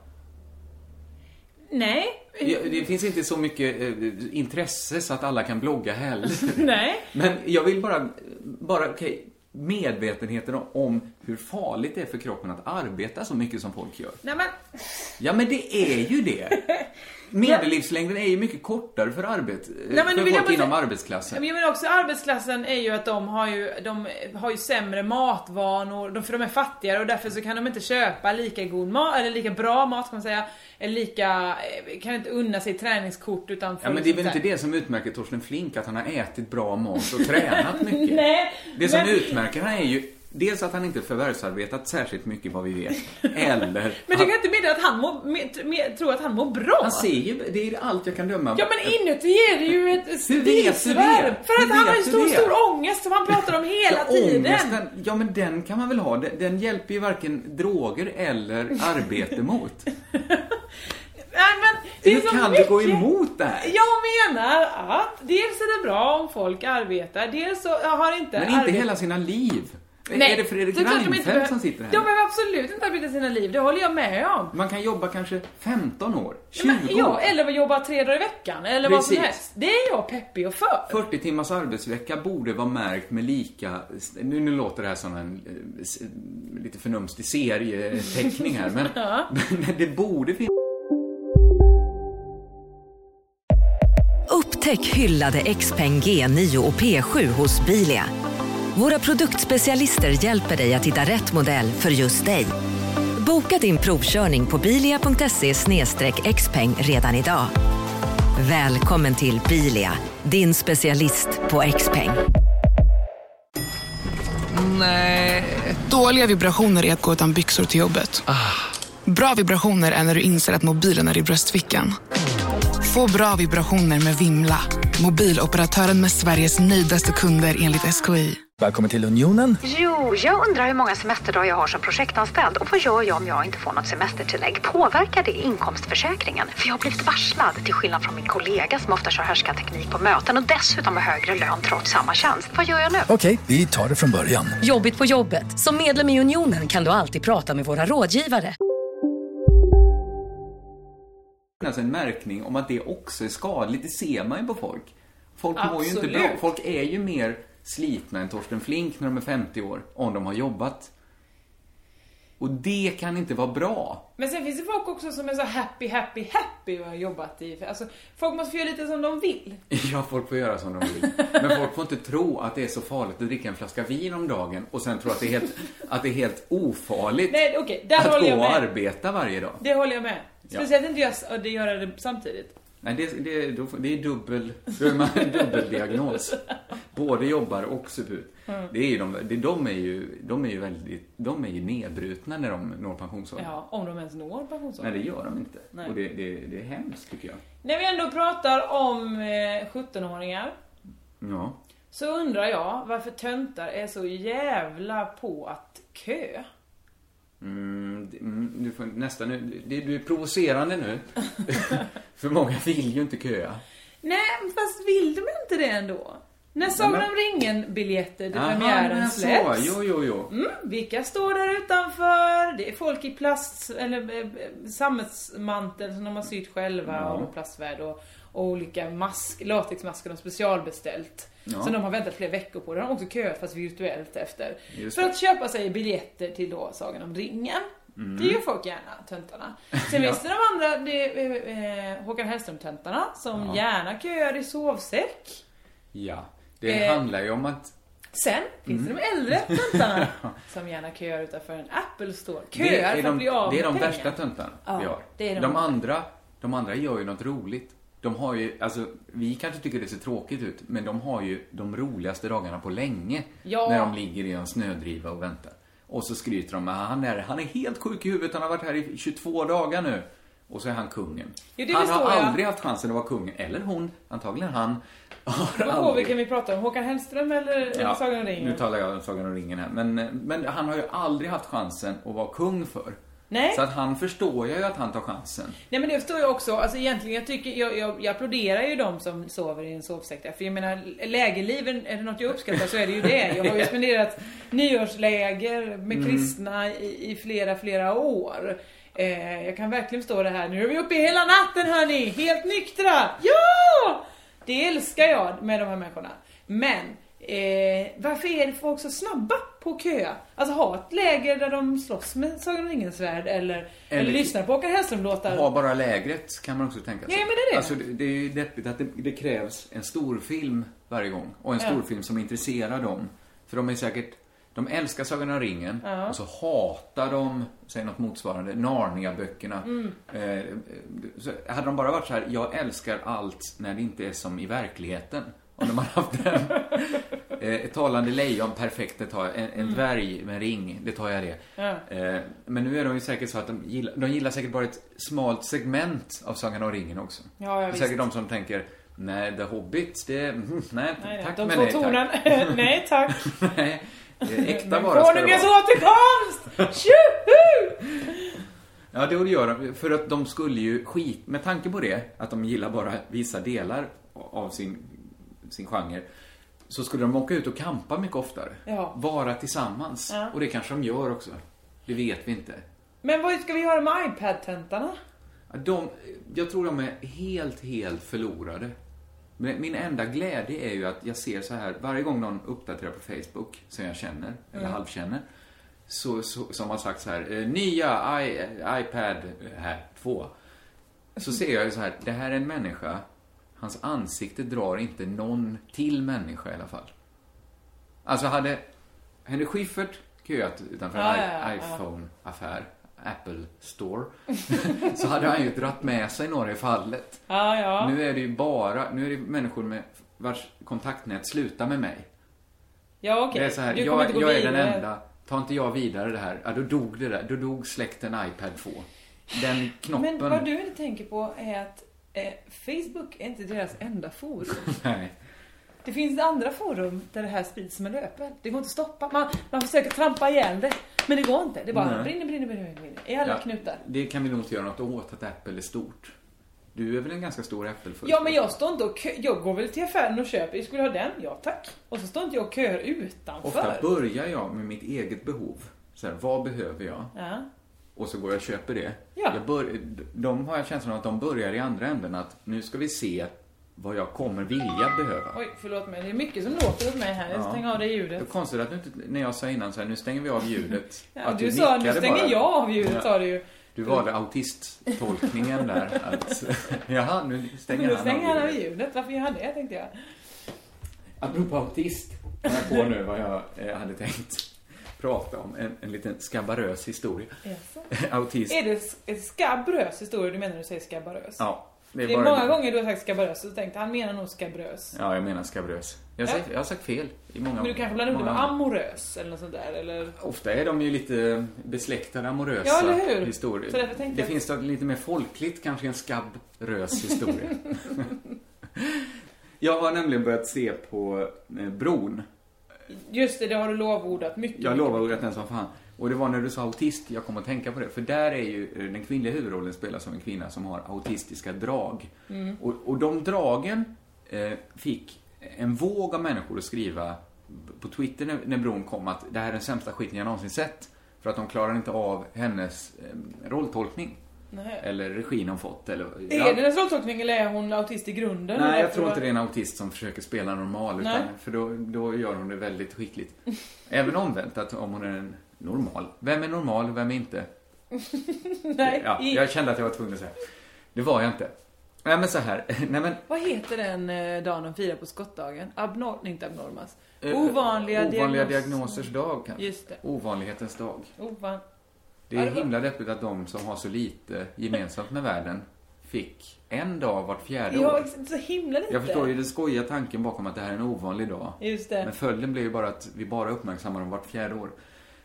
[SPEAKER 7] Nej.
[SPEAKER 6] Det finns inte så mycket intresse så att alla kan blogga heller.
[SPEAKER 7] Nej.
[SPEAKER 6] Men jag vill bara medvetenheten om hur farligt det är för kroppen att arbeta så mycket som folk gör.
[SPEAKER 7] Nej, men...
[SPEAKER 6] Ja, men det är ju det. Medellivslängden är ju mycket kortare för folk inom arbetsklassen.
[SPEAKER 7] Men jag menar också arbetsklassen är ju att de har ju sämre matvanor, för de är fattigare och därför så kan de inte köpa lika god mat eller lika bra mat, kan man säga, eller kan inte unna sig träningskort utan
[SPEAKER 6] men det är väl inte det som utmärker Torsten Flink, att han har ätit bra mat och tränat mycket.
[SPEAKER 7] Nej,
[SPEAKER 6] det som utmärker han är ju dels att han inte förvärvsarbetat särskilt mycket vad vi vet. Eller
[SPEAKER 7] men du kan inte mena att han tror att han mår bra.
[SPEAKER 6] Han ser ju, det är allt jag kan döma.
[SPEAKER 7] Ja, men inuti är det ju ett stilsvärv. För att han har ju stor ångest som han pratar om hela tiden.
[SPEAKER 6] Ångesten, ja, men den kan man väl ha. Den hjälper ju varken droger eller arbete mot.
[SPEAKER 7] Nej, men det
[SPEAKER 6] hur kan du gå emot det här?
[SPEAKER 7] Jag menar att dels är det bra om folk arbetar, dels så har inte
[SPEAKER 6] men inte hela sina liv. Nej, är det Fredrik Reinfeldt som sitter här?
[SPEAKER 7] De behöver absolut inte arbeta sina liv, det håller jag med om.
[SPEAKER 6] Man kan jobba kanske 15 år, 20 år.
[SPEAKER 7] Ja, eller jobba 3 dagar i veckan, eller vad som helst. Det är jag peppig och för.
[SPEAKER 6] 40 timmars arbetsvecka borde vara märkt med lika... Nu låter det här som en lite förnumstig serieteckning här, men, men det borde finnas...
[SPEAKER 8] Upptäck hyllade XPeng G9 och P7 hos Bilia. Våra produktspecialister hjälper dig att hitta rätt modell för just dig. Boka din provkörning på bilia.se/xpeng redan idag. Välkommen till Bilia, din specialist på XPeng.
[SPEAKER 9] Nej. Dåliga vibrationer är att gå utan byxor till jobbet. Bra vibrationer är när du inser att mobilen är i bröstfickan. Få bra vibrationer med Vimla. Mobiloperatören med Sveriges nöjdaste kunder enligt SKI.
[SPEAKER 10] Välkommen till Unionen.
[SPEAKER 11] Jo, jag undrar hur många semesterdagar jag har som projektanställd. Och vad gör jag om jag inte får något semestertillägg? Påverkar det inkomstförsäkringen? För jag har blivit varslad, till skillnad från min kollega som ofta kör härskarteknik på möten och dessutom har högre lön trots samma tjänst. Vad gör jag nu?
[SPEAKER 10] Okej, vi tar det från början.
[SPEAKER 8] Jobbigt på jobbet. Som medlem i Unionen kan du alltid prata med våra rådgivare.
[SPEAKER 6] Alltså en märkning om att det också är skadligt, det ser man ju på folk. Folk mår ju inte bra. Folk är ju mer slitna än Torsten Flink när de är 50 år, om de har jobbat. Och det kan inte vara bra.
[SPEAKER 7] Men sen finns det folk också som är så happy och har jobbat i. Alltså, folk måste få göra lite som de vill.
[SPEAKER 6] Ja, folk får göra som de vill. Men folk får inte tro att det är så farligt att dricka en flaska vin om dagen och sen tro att det är helt ofarligt.
[SPEAKER 7] Nej, okej, där
[SPEAKER 6] att
[SPEAKER 7] håller jag
[SPEAKER 6] gå
[SPEAKER 7] med.
[SPEAKER 6] Och arbeta varje dag.
[SPEAKER 7] Det håller jag med. Speciellt inte göra det samtidigt.
[SPEAKER 6] Nej, det är dubbeldiagnos. Både jobbar och suput. De är ju nedbrutna när de når pensionsåldern.
[SPEAKER 7] Ja, om de ens når pensionsåldern.
[SPEAKER 6] Nej, det gör de inte. Nej. Och det är hemskt, tycker jag.
[SPEAKER 7] När vi ändå pratar om 17-åringar.
[SPEAKER 6] Ja.
[SPEAKER 7] Så undrar jag varför töntar är så jävla på att kö.
[SPEAKER 6] Du får nästan du är provocerande nu. För många vill ju inte köa.
[SPEAKER 7] Nej, fast vill de inte det ändå? När Sagan om ringen-biljetter till premiären släpps.
[SPEAKER 6] Jo.
[SPEAKER 7] Vilka står där utanför? Det är folk i plast eller sammetsmantel som de har sytt själva och plastvärd och olika latexmasker de specialbeställt. Ja. Så de har väntat flera veckor på det. De har också köat fast virtuellt efter. För att köpa sig biljetter till då Sagan om ringen. Det gör folk gärna, töntarna. Sen visst är de andra, det är Håkan Hellström-töntarna som gärna köar i sovsäck.
[SPEAKER 6] Ja, det handlar ju om att...
[SPEAKER 7] Sen finns det de äldre töntarna som gärna köar utanför en Apple Store. Köar för att bli av med pengar.
[SPEAKER 6] Det är de värsta töntarna vi har. Det är de andra gör ju något roligt. De har ju, alltså, vi kanske tycker det ser tråkigt ut, men de har ju de roligaste dagarna på länge när de ligger i en snödriva och väntar. Och så skryter de med han är helt sjuk i huvudet, han har varit här i 22 dagar nu. Och så är han kungen.
[SPEAKER 7] Jo, det
[SPEAKER 6] han
[SPEAKER 7] förstår
[SPEAKER 6] har
[SPEAKER 7] jag.
[SPEAKER 6] aldrig haft chansen att vara kungen. Eller hon, antagligen han.
[SPEAKER 7] Vilken vi pratar om? Håkan Hellström eller Sagan om ringen?
[SPEAKER 6] Nu talar jag om Sagan om ringen här. Men han har ju aldrig haft chansen att vara kung för.
[SPEAKER 7] Nej.
[SPEAKER 6] Så att han förstår ju att han tar chansen.
[SPEAKER 7] Nej, men det förstår jag också. Alltså egentligen, jag tycker, jag applåderar ju de som sover i en sovsäck där. För jag menar, lägerliven, är det något jag uppskattar så är det ju det. Jag har ju spenderat nyårsläger med kristna i flera år. Jag kan verkligen förstå det här. Nu är vi uppe hela natten, hörni. Helt nyktra. Ja! Det älskar jag med de här människorna. Men varför är det folk så snabba på köa? Alltså ha ett läger där de slåss med Sagan om ringens värld eller lyssnar på Håkan Hellström-låtar.
[SPEAKER 6] Ha bara lägret kan man också tänka sig.
[SPEAKER 7] Ja, men det är det.
[SPEAKER 6] Alltså det är ju deppigt att det krävs en stor film varje gång. Och en stor film som intresserar dem. För de är säkert... De älskar Sagan om ringen och så hatar de, säg något motsvarande, Narnia-böckerna. Så hade de bara varit så här, jag älskar allt när det inte är som i verkligheten. Om de har haft den. Ett talande lejon, perfekt, det tar jag. En dvärg med en ring, det tar jag det. Men nu är de ju säkert så att de gillar säkert bara ett smalt segment av Sagan om ringen också.
[SPEAKER 7] Ja,
[SPEAKER 6] det är säkert de som tänker, nej, The Hobbit, nej, tack,
[SPEAKER 7] de
[SPEAKER 6] men
[SPEAKER 7] två
[SPEAKER 6] nej,
[SPEAKER 7] tonen, nej tack.
[SPEAKER 6] Nej. Äkta bara ska det
[SPEAKER 7] konungens
[SPEAKER 6] vara.
[SPEAKER 7] återkomst! Tjuhu!
[SPEAKER 6] Ja, det gör de. För att de skulle ju med tanke på det, att de gillar bara vissa delar av sin genre, så skulle de åka ut och kampa mycket oftare.
[SPEAKER 7] Ja.
[SPEAKER 6] Vara tillsammans. Ja. Och det kanske de gör också. Det vet vi inte.
[SPEAKER 7] Men vad ska vi göra med iPad-tentarna?
[SPEAKER 6] Jag tror de är helt förlorade. Men min enda glädje är ju att jag ser så här, varje gång någon uppdaterar på Facebook som jag känner, eller halvkänner, så som har sagt så här, nya iPad här, 2. Så ser jag ju så här, det här är en människa, hans ansikte drar inte någon till människa i alla fall. Alltså hade Henrik Schyffert köat utanför en iPhone-affär, Apple Store, så hade han ju dratt med sig några i fallet. Nu är det ju nu är det människor med vars kontaktnät slutar med mig.
[SPEAKER 7] Ja, okej.
[SPEAKER 6] Det är så här, jag är den enda. Tar inte jag vidare det här, då dog det där. Då dog släkten iPad 2. Den knoppen.
[SPEAKER 7] Men vad du inte tänker på är att Facebook är inte deras enda forum.
[SPEAKER 6] Nej.
[SPEAKER 7] Det finns andra forum där det här sprids som en löpeld. Det går inte att stoppa. Man försöker trampa ihjäl det. Men det går inte. Det bara brinner. I alla knutar.
[SPEAKER 6] Det kan vi nog inte göra något åt att Apple är stort. Du är väl en ganska stor Apple-först?
[SPEAKER 7] Ja, men jag står inte och jag går väl till affären och köper. Jag skulle ha den, ja tack. Och så står inte jag och kör utanför.
[SPEAKER 6] Ofta börjar jag med mitt eget behov. Så här, vad behöver jag?
[SPEAKER 7] Ja.
[SPEAKER 6] Och så går jag och köper det.
[SPEAKER 7] Ja.
[SPEAKER 6] De har jag känslan av att de börjar i andra änden. Att nu ska vi se vad jag kommer vilja behöva.
[SPEAKER 7] Oj, förlåt mig. Det är mycket som låter åt mig här. Jag stänger av det ljudet.
[SPEAKER 6] Det är konstigt att du inte, när jag sa innan så här, nu stänger vi av ljudet.
[SPEAKER 7] Ja,
[SPEAKER 6] att
[SPEAKER 7] du sa, nu stänger
[SPEAKER 6] bara.
[SPEAKER 7] jag av ljudet, sa du ju.
[SPEAKER 6] Du valde autisttolkningen där. Att, jaha, nu stänger
[SPEAKER 7] han av ljudet. Varför gör han det, tänkte jag.
[SPEAKER 6] Apropå autist, jag på nu vad jag hade tänkt prata om. En liten skabbarös historia. Autist.
[SPEAKER 7] Är det en skabbrös historia du menar när du säger skabbarös?
[SPEAKER 6] Ja.
[SPEAKER 7] Det är många gånger du har sagt skabbarös så tänkte han menar nog skabbrös.
[SPEAKER 6] Ja, jag menar skabbrös. Jag har sagt fel i många.
[SPEAKER 7] Men du kanske blandar ihop det med amorös eller något sånt där, eller?
[SPEAKER 6] Ofta är de ju lite besläktade amorösa historier.
[SPEAKER 7] Så därför tänkte
[SPEAKER 6] det finns då lite mer folkligt, kanske en skabbrös historia. Jag har nämligen börjat se på Bron.
[SPEAKER 7] Just det har du lovordat mycket.
[SPEAKER 6] Jag har lovordat den som fan. Och det var när du sa autist jag kom att tänka på det. För där är ju den kvinnliga huvudrollen spelas som en kvinna som har autistiska drag. Och de dragen fick en våg av människor att skriva på Twitter när Bron kom att det här är den sämsta skiten jag någonsin sett. För att de klarar inte av hennes rolltolkning.
[SPEAKER 7] Nej.
[SPEAKER 6] Eller regin hon fått. Eller,
[SPEAKER 7] är det hennes rolltolkning eller är hon autist i grunden?
[SPEAKER 6] Nej, jag tror inte det är en autist som försöker spela normal. Utan, för då gör hon det väldigt skickligt. Även omvänt, att om hon är en normal. Vem är normal och vem är inte?
[SPEAKER 7] Nej.
[SPEAKER 6] Ja, jag kände att jag var tvungen att säga. Det var jag inte. Nej, men så här. Nej, men...
[SPEAKER 7] Vad heter den dagen de firar på skottdagen? Inte abnormas. Ovanliga
[SPEAKER 6] diagnosers dag kanske.
[SPEAKER 7] Just det.
[SPEAKER 6] Ovanlighetens dag. Det är himla deppigt att de som har så lite gemensamt med världen fick en dag vart fjärde år.
[SPEAKER 7] Ja, så himla lite.
[SPEAKER 6] Jag förstår ju den skojiga tanken bakom att det här är en ovanlig dag.
[SPEAKER 7] Just det.
[SPEAKER 6] Men följden blev ju bara att vi bara uppmärksammar dem vart fjärde år.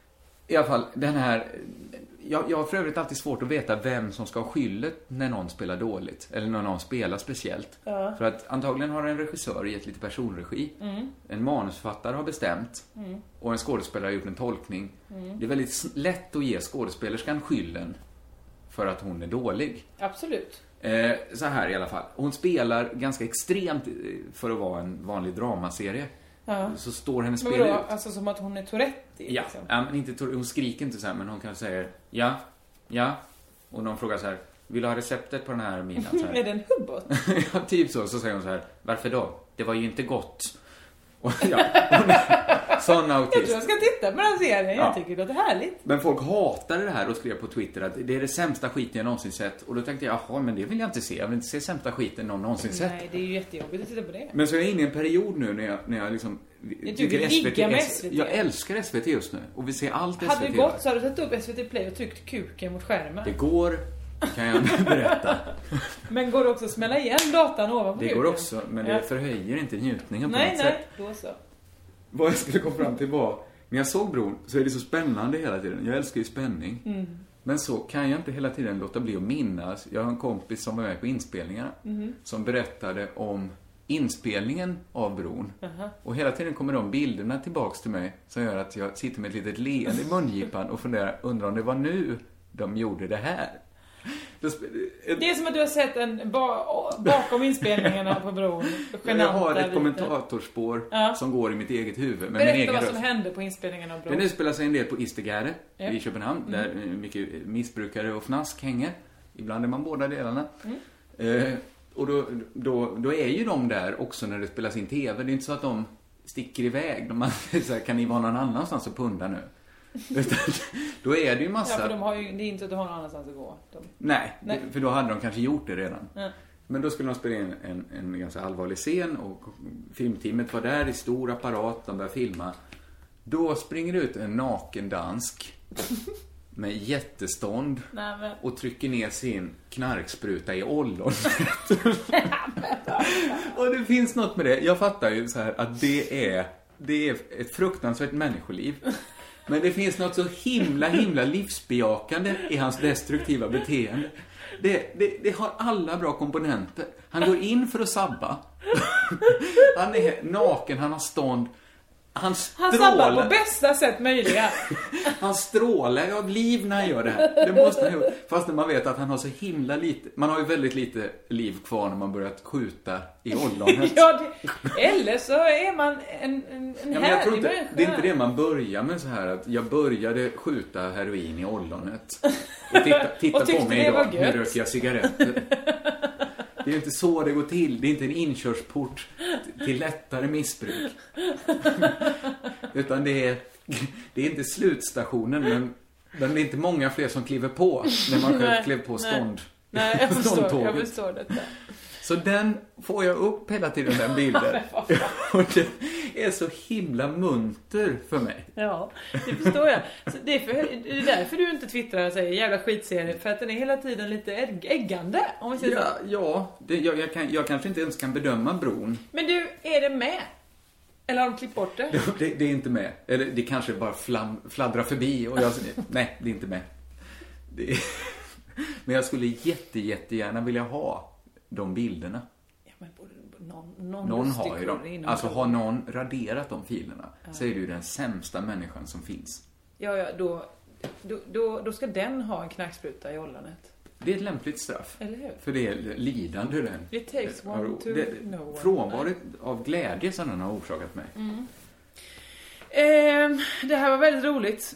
[SPEAKER 6] I alla fall, den här... Jag har för övrigt alltid svårt att veta vem som ska ha skyllet när någon spelar dåligt. Eller när någon spelar speciellt.
[SPEAKER 7] Ja.
[SPEAKER 6] För att antagligen har en regissör gett lite personregi. En manusfattare har bestämt. Och en skådespelare har gjort en tolkning. Det är väldigt lätt att ge skådespelerskan skyllen för att hon är dålig.
[SPEAKER 7] Absolut.
[SPEAKER 6] Så här i alla fall. Hon spelar ganska extremt för att vara en vanlig dramaserie.
[SPEAKER 7] Ja.
[SPEAKER 6] Så står hennes
[SPEAKER 7] Men
[SPEAKER 6] spel
[SPEAKER 7] då,
[SPEAKER 6] ut.
[SPEAKER 7] alltså som att hon är Tourette.
[SPEAKER 6] Ja,
[SPEAKER 7] Liksom.
[SPEAKER 6] men inte, hon skriker inte så här, men hon kan säga ja. Och någon frågar så här, vill du ha receptet på den här middagen? Så här.
[SPEAKER 7] Är det en hubbot?
[SPEAKER 6] Ja, typ så säger hon så här, varför då? Det var ju inte gott. Och ja, hon är sån autist.
[SPEAKER 7] Jag tror jag ska titta på den serien, jag tycker det är härligt.
[SPEAKER 6] Men folk hatade det här och skrev på Twitter att det är det sämsta skiten jag någonsin sett. Och då tänkte jag, jaha, men det vill jag inte se. Jag vill inte se sämsta skiten någon någonsin sett.
[SPEAKER 7] Nej, det är ju jättejobbigt att titta på det.
[SPEAKER 6] Men så är jag inne i en period nu när jag liksom...
[SPEAKER 7] Du vill ligga med SVT.
[SPEAKER 6] Jag älskar SVT just nu. Och vi ser allt SVT.
[SPEAKER 7] Hade det gått så hade du tagit upp SVT Play och tryckt kuken mot skärmen.
[SPEAKER 6] Det går, kan jag berätta.
[SPEAKER 7] Men går det också att smälla igen datan ovanpå
[SPEAKER 6] Det
[SPEAKER 7] kuken?
[SPEAKER 6] går också, men det förhöjer inte njutningen på något sätt.
[SPEAKER 7] Nej, då så.
[SPEAKER 6] Vad jag skulle komma fram till var, när jag såg Bron så är det så spännande hela tiden. Jag älskar ju spänning. Men så kan jag inte hela tiden låta bli att minnas. Jag har en kompis som var med på inspelningarna. Som berättade om inspelningen av Bron. Och hela tiden kommer de bilderna tillbaks till mig. Som gör att jag sitter med ett litet leende i mungipan och undrar om det var nu de gjorde det här.
[SPEAKER 7] Det är som att du har sett en bakom inspelningarna på Bron.
[SPEAKER 6] Jag har ett kommentatorspår som går i mitt eget huvud. Med
[SPEAKER 7] Berätta vad som hände på inspelningen av Bron.
[SPEAKER 6] Den utspelar sig en del på Istergärde i Köpenhamn. Där mycket missbrukare och fnask hänger. Ibland är man båda delarna. Och då är ju de där också när det spelas in tv. Det är inte så att de sticker iväg. De så här, kan ni vara någon annanstans och punda nu? Utan, då är det ju massa...
[SPEAKER 7] Ja, för de har ju, det är inte att de har någon annanstans att gå.
[SPEAKER 6] Nej, för då hade de kanske gjort det redan.
[SPEAKER 7] Ja.
[SPEAKER 6] Men då skulle de spela in en ganska allvarlig scen och filmteamet var där i stor apparat, de började filma. Då springer det ut en naken dansk med jättestånd och trycker ner sin knarkspruta i ollon. Och det finns något med det. Jag fattar ju så här att det är ett fruktansvärt människoliv. Men det finns något så himla livsbejakande i hans destruktiva beteende. Det har alla bra komponenter. Han går in för att sabba. Han är naken, han har stånd. Han
[SPEAKER 7] sabbar på bästa sätt möjliga.
[SPEAKER 6] Han strålar av liv när han gör det här. Det måste han göra. Fast när man vet att han har så himla lite... Man har ju väldigt lite liv kvar när man börjat skjuta i ollonet.
[SPEAKER 7] Eller så är man en
[SPEAKER 6] jag tror inte, det är inte det man börjar med så här att jag började skjuta heroin i ollonet. Och titta
[SPEAKER 7] och
[SPEAKER 6] på mig idag. Nu röker jag cigaretter. Det är ju inte så det går till. Det är inte en inkörsport till lättare missbruk. Utan det är inte slutstationen, men det är inte många fler som kliver på när man själv klev på stånd.
[SPEAKER 7] Nej, jag förstår detta.
[SPEAKER 6] Så den får jag upp hela tiden, den bilden. Och det är så himla munter för mig.
[SPEAKER 7] Ja, det förstår jag. Så det är därför du inte twittrar och säger jävla skitserie. För att den är hela tiden lite äggande, om vi säger så.
[SPEAKER 6] Ja, jag kanske inte ens kan bedöma Bron.
[SPEAKER 7] Men du, är det med? Eller har de klippt bort det?
[SPEAKER 6] Det är inte med. Eller det kanske bara fladdrar förbi. Och nej, det är inte med. Men jag skulle jättegärna vilja ha de bilderna.
[SPEAKER 7] Ja, men
[SPEAKER 6] någon har ju dem. Alltså har någon raderat de filerna så är det ju den sämsta människan som finns.
[SPEAKER 7] Ja, då ska den ha en knackspruta i ollonet.
[SPEAKER 6] Det är ett lämpligt straff.
[SPEAKER 7] Eller hur?
[SPEAKER 6] För det är lidande den.
[SPEAKER 7] It takes one to know one.
[SPEAKER 6] Frånvaret av glädje som den har orsakat mig.
[SPEAKER 7] Det här var väldigt roligt.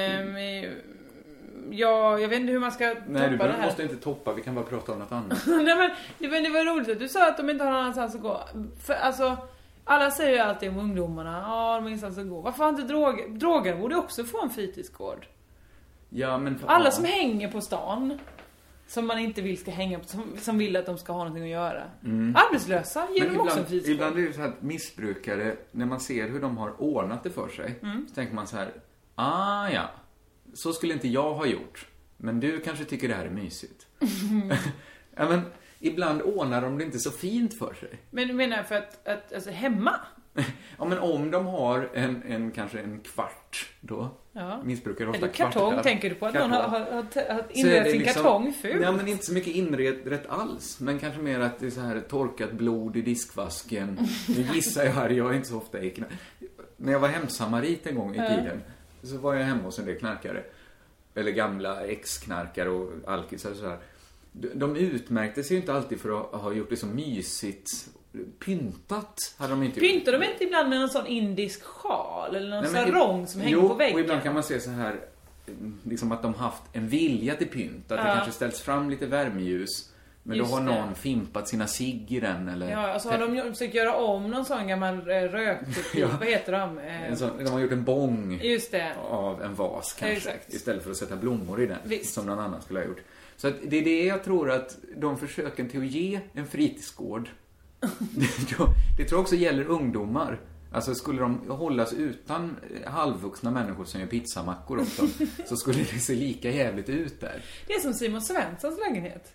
[SPEAKER 7] Jag vet inte hur man ska toppa det här.
[SPEAKER 6] Nej, du måste inte toppa. Vi kan bara prata om något annat.
[SPEAKER 7] Nej, men det var roligt att du sa att de inte har någon annanstans att gå. För alltså, alla säger ju alltid om ungdomarna. Ja, de har ingenstans att gå. Varför har inte droger borde också få en fritidsgård?
[SPEAKER 6] Ja, men...
[SPEAKER 7] Alla som hänger på stan, som man inte vill ska hänga på, som vill att de ska ha någonting att göra. Arbetslösa ger dem också en fritidsgård.
[SPEAKER 6] Ibland är det så att missbrukare, när man ser hur de har ordnat det för sig, så tänker man så här, ja. Så skulle inte jag ha gjort. Men du kanske tycker det här är mysigt. Ja, men ibland ordnar de det inte så fint för sig.
[SPEAKER 7] Men du menar för att alltså hemma?
[SPEAKER 6] Ja, men om de har kanske en kvart då.
[SPEAKER 7] Ja.
[SPEAKER 6] Missbrukar ofta
[SPEAKER 7] eller kartong,
[SPEAKER 6] kvartar.
[SPEAKER 7] tänker du på att
[SPEAKER 6] kartong.
[SPEAKER 7] någon har inrett sin kartong fult?
[SPEAKER 6] Ja, men inte så mycket inrett alls. Men kanske mer att det är så här torkat blod i diskvasken. Nu gissar jag är inte så ofta i när jag var hemsamarit en gång i tiden, så var jag hemma hos en del knarkare. Eller gamla ex-knarkare och alkisar och så här. De utmärkte sig ju inte alltid för att ha gjort det så mysigt. Pyntat hade de inte.
[SPEAKER 7] Pyntar de inte ibland med någon sån indisk sjal eller någon sarong som hänger på väggen?
[SPEAKER 6] Och ibland kan man se så här liksom att de haft en vilja till pynt. Att det kanske ställs fram lite värmeljus. Men
[SPEAKER 7] Just
[SPEAKER 6] då har någon fimpat sina cigg i den. Eller...
[SPEAKER 7] Ja, och så har de försökt göra om någon sån gammal röktyp. Vad heter de?
[SPEAKER 6] De har gjort en bång
[SPEAKER 7] Just det.
[SPEAKER 6] av en vas kanske.
[SPEAKER 7] Exakt.
[SPEAKER 6] Istället för att sätta blommor i den.
[SPEAKER 7] Visst.
[SPEAKER 6] Som någon annan skulle ha gjort. Så att det är det jag tror att de försöken till att ge en fritidsgård. Det tror jag också gäller ungdomar. Alltså skulle de hållas utan halvvuxna människor som gör pizzamackor också, så skulle det se lika jävligt ut där.
[SPEAKER 7] Det är som Simon Svenssons lägenhet.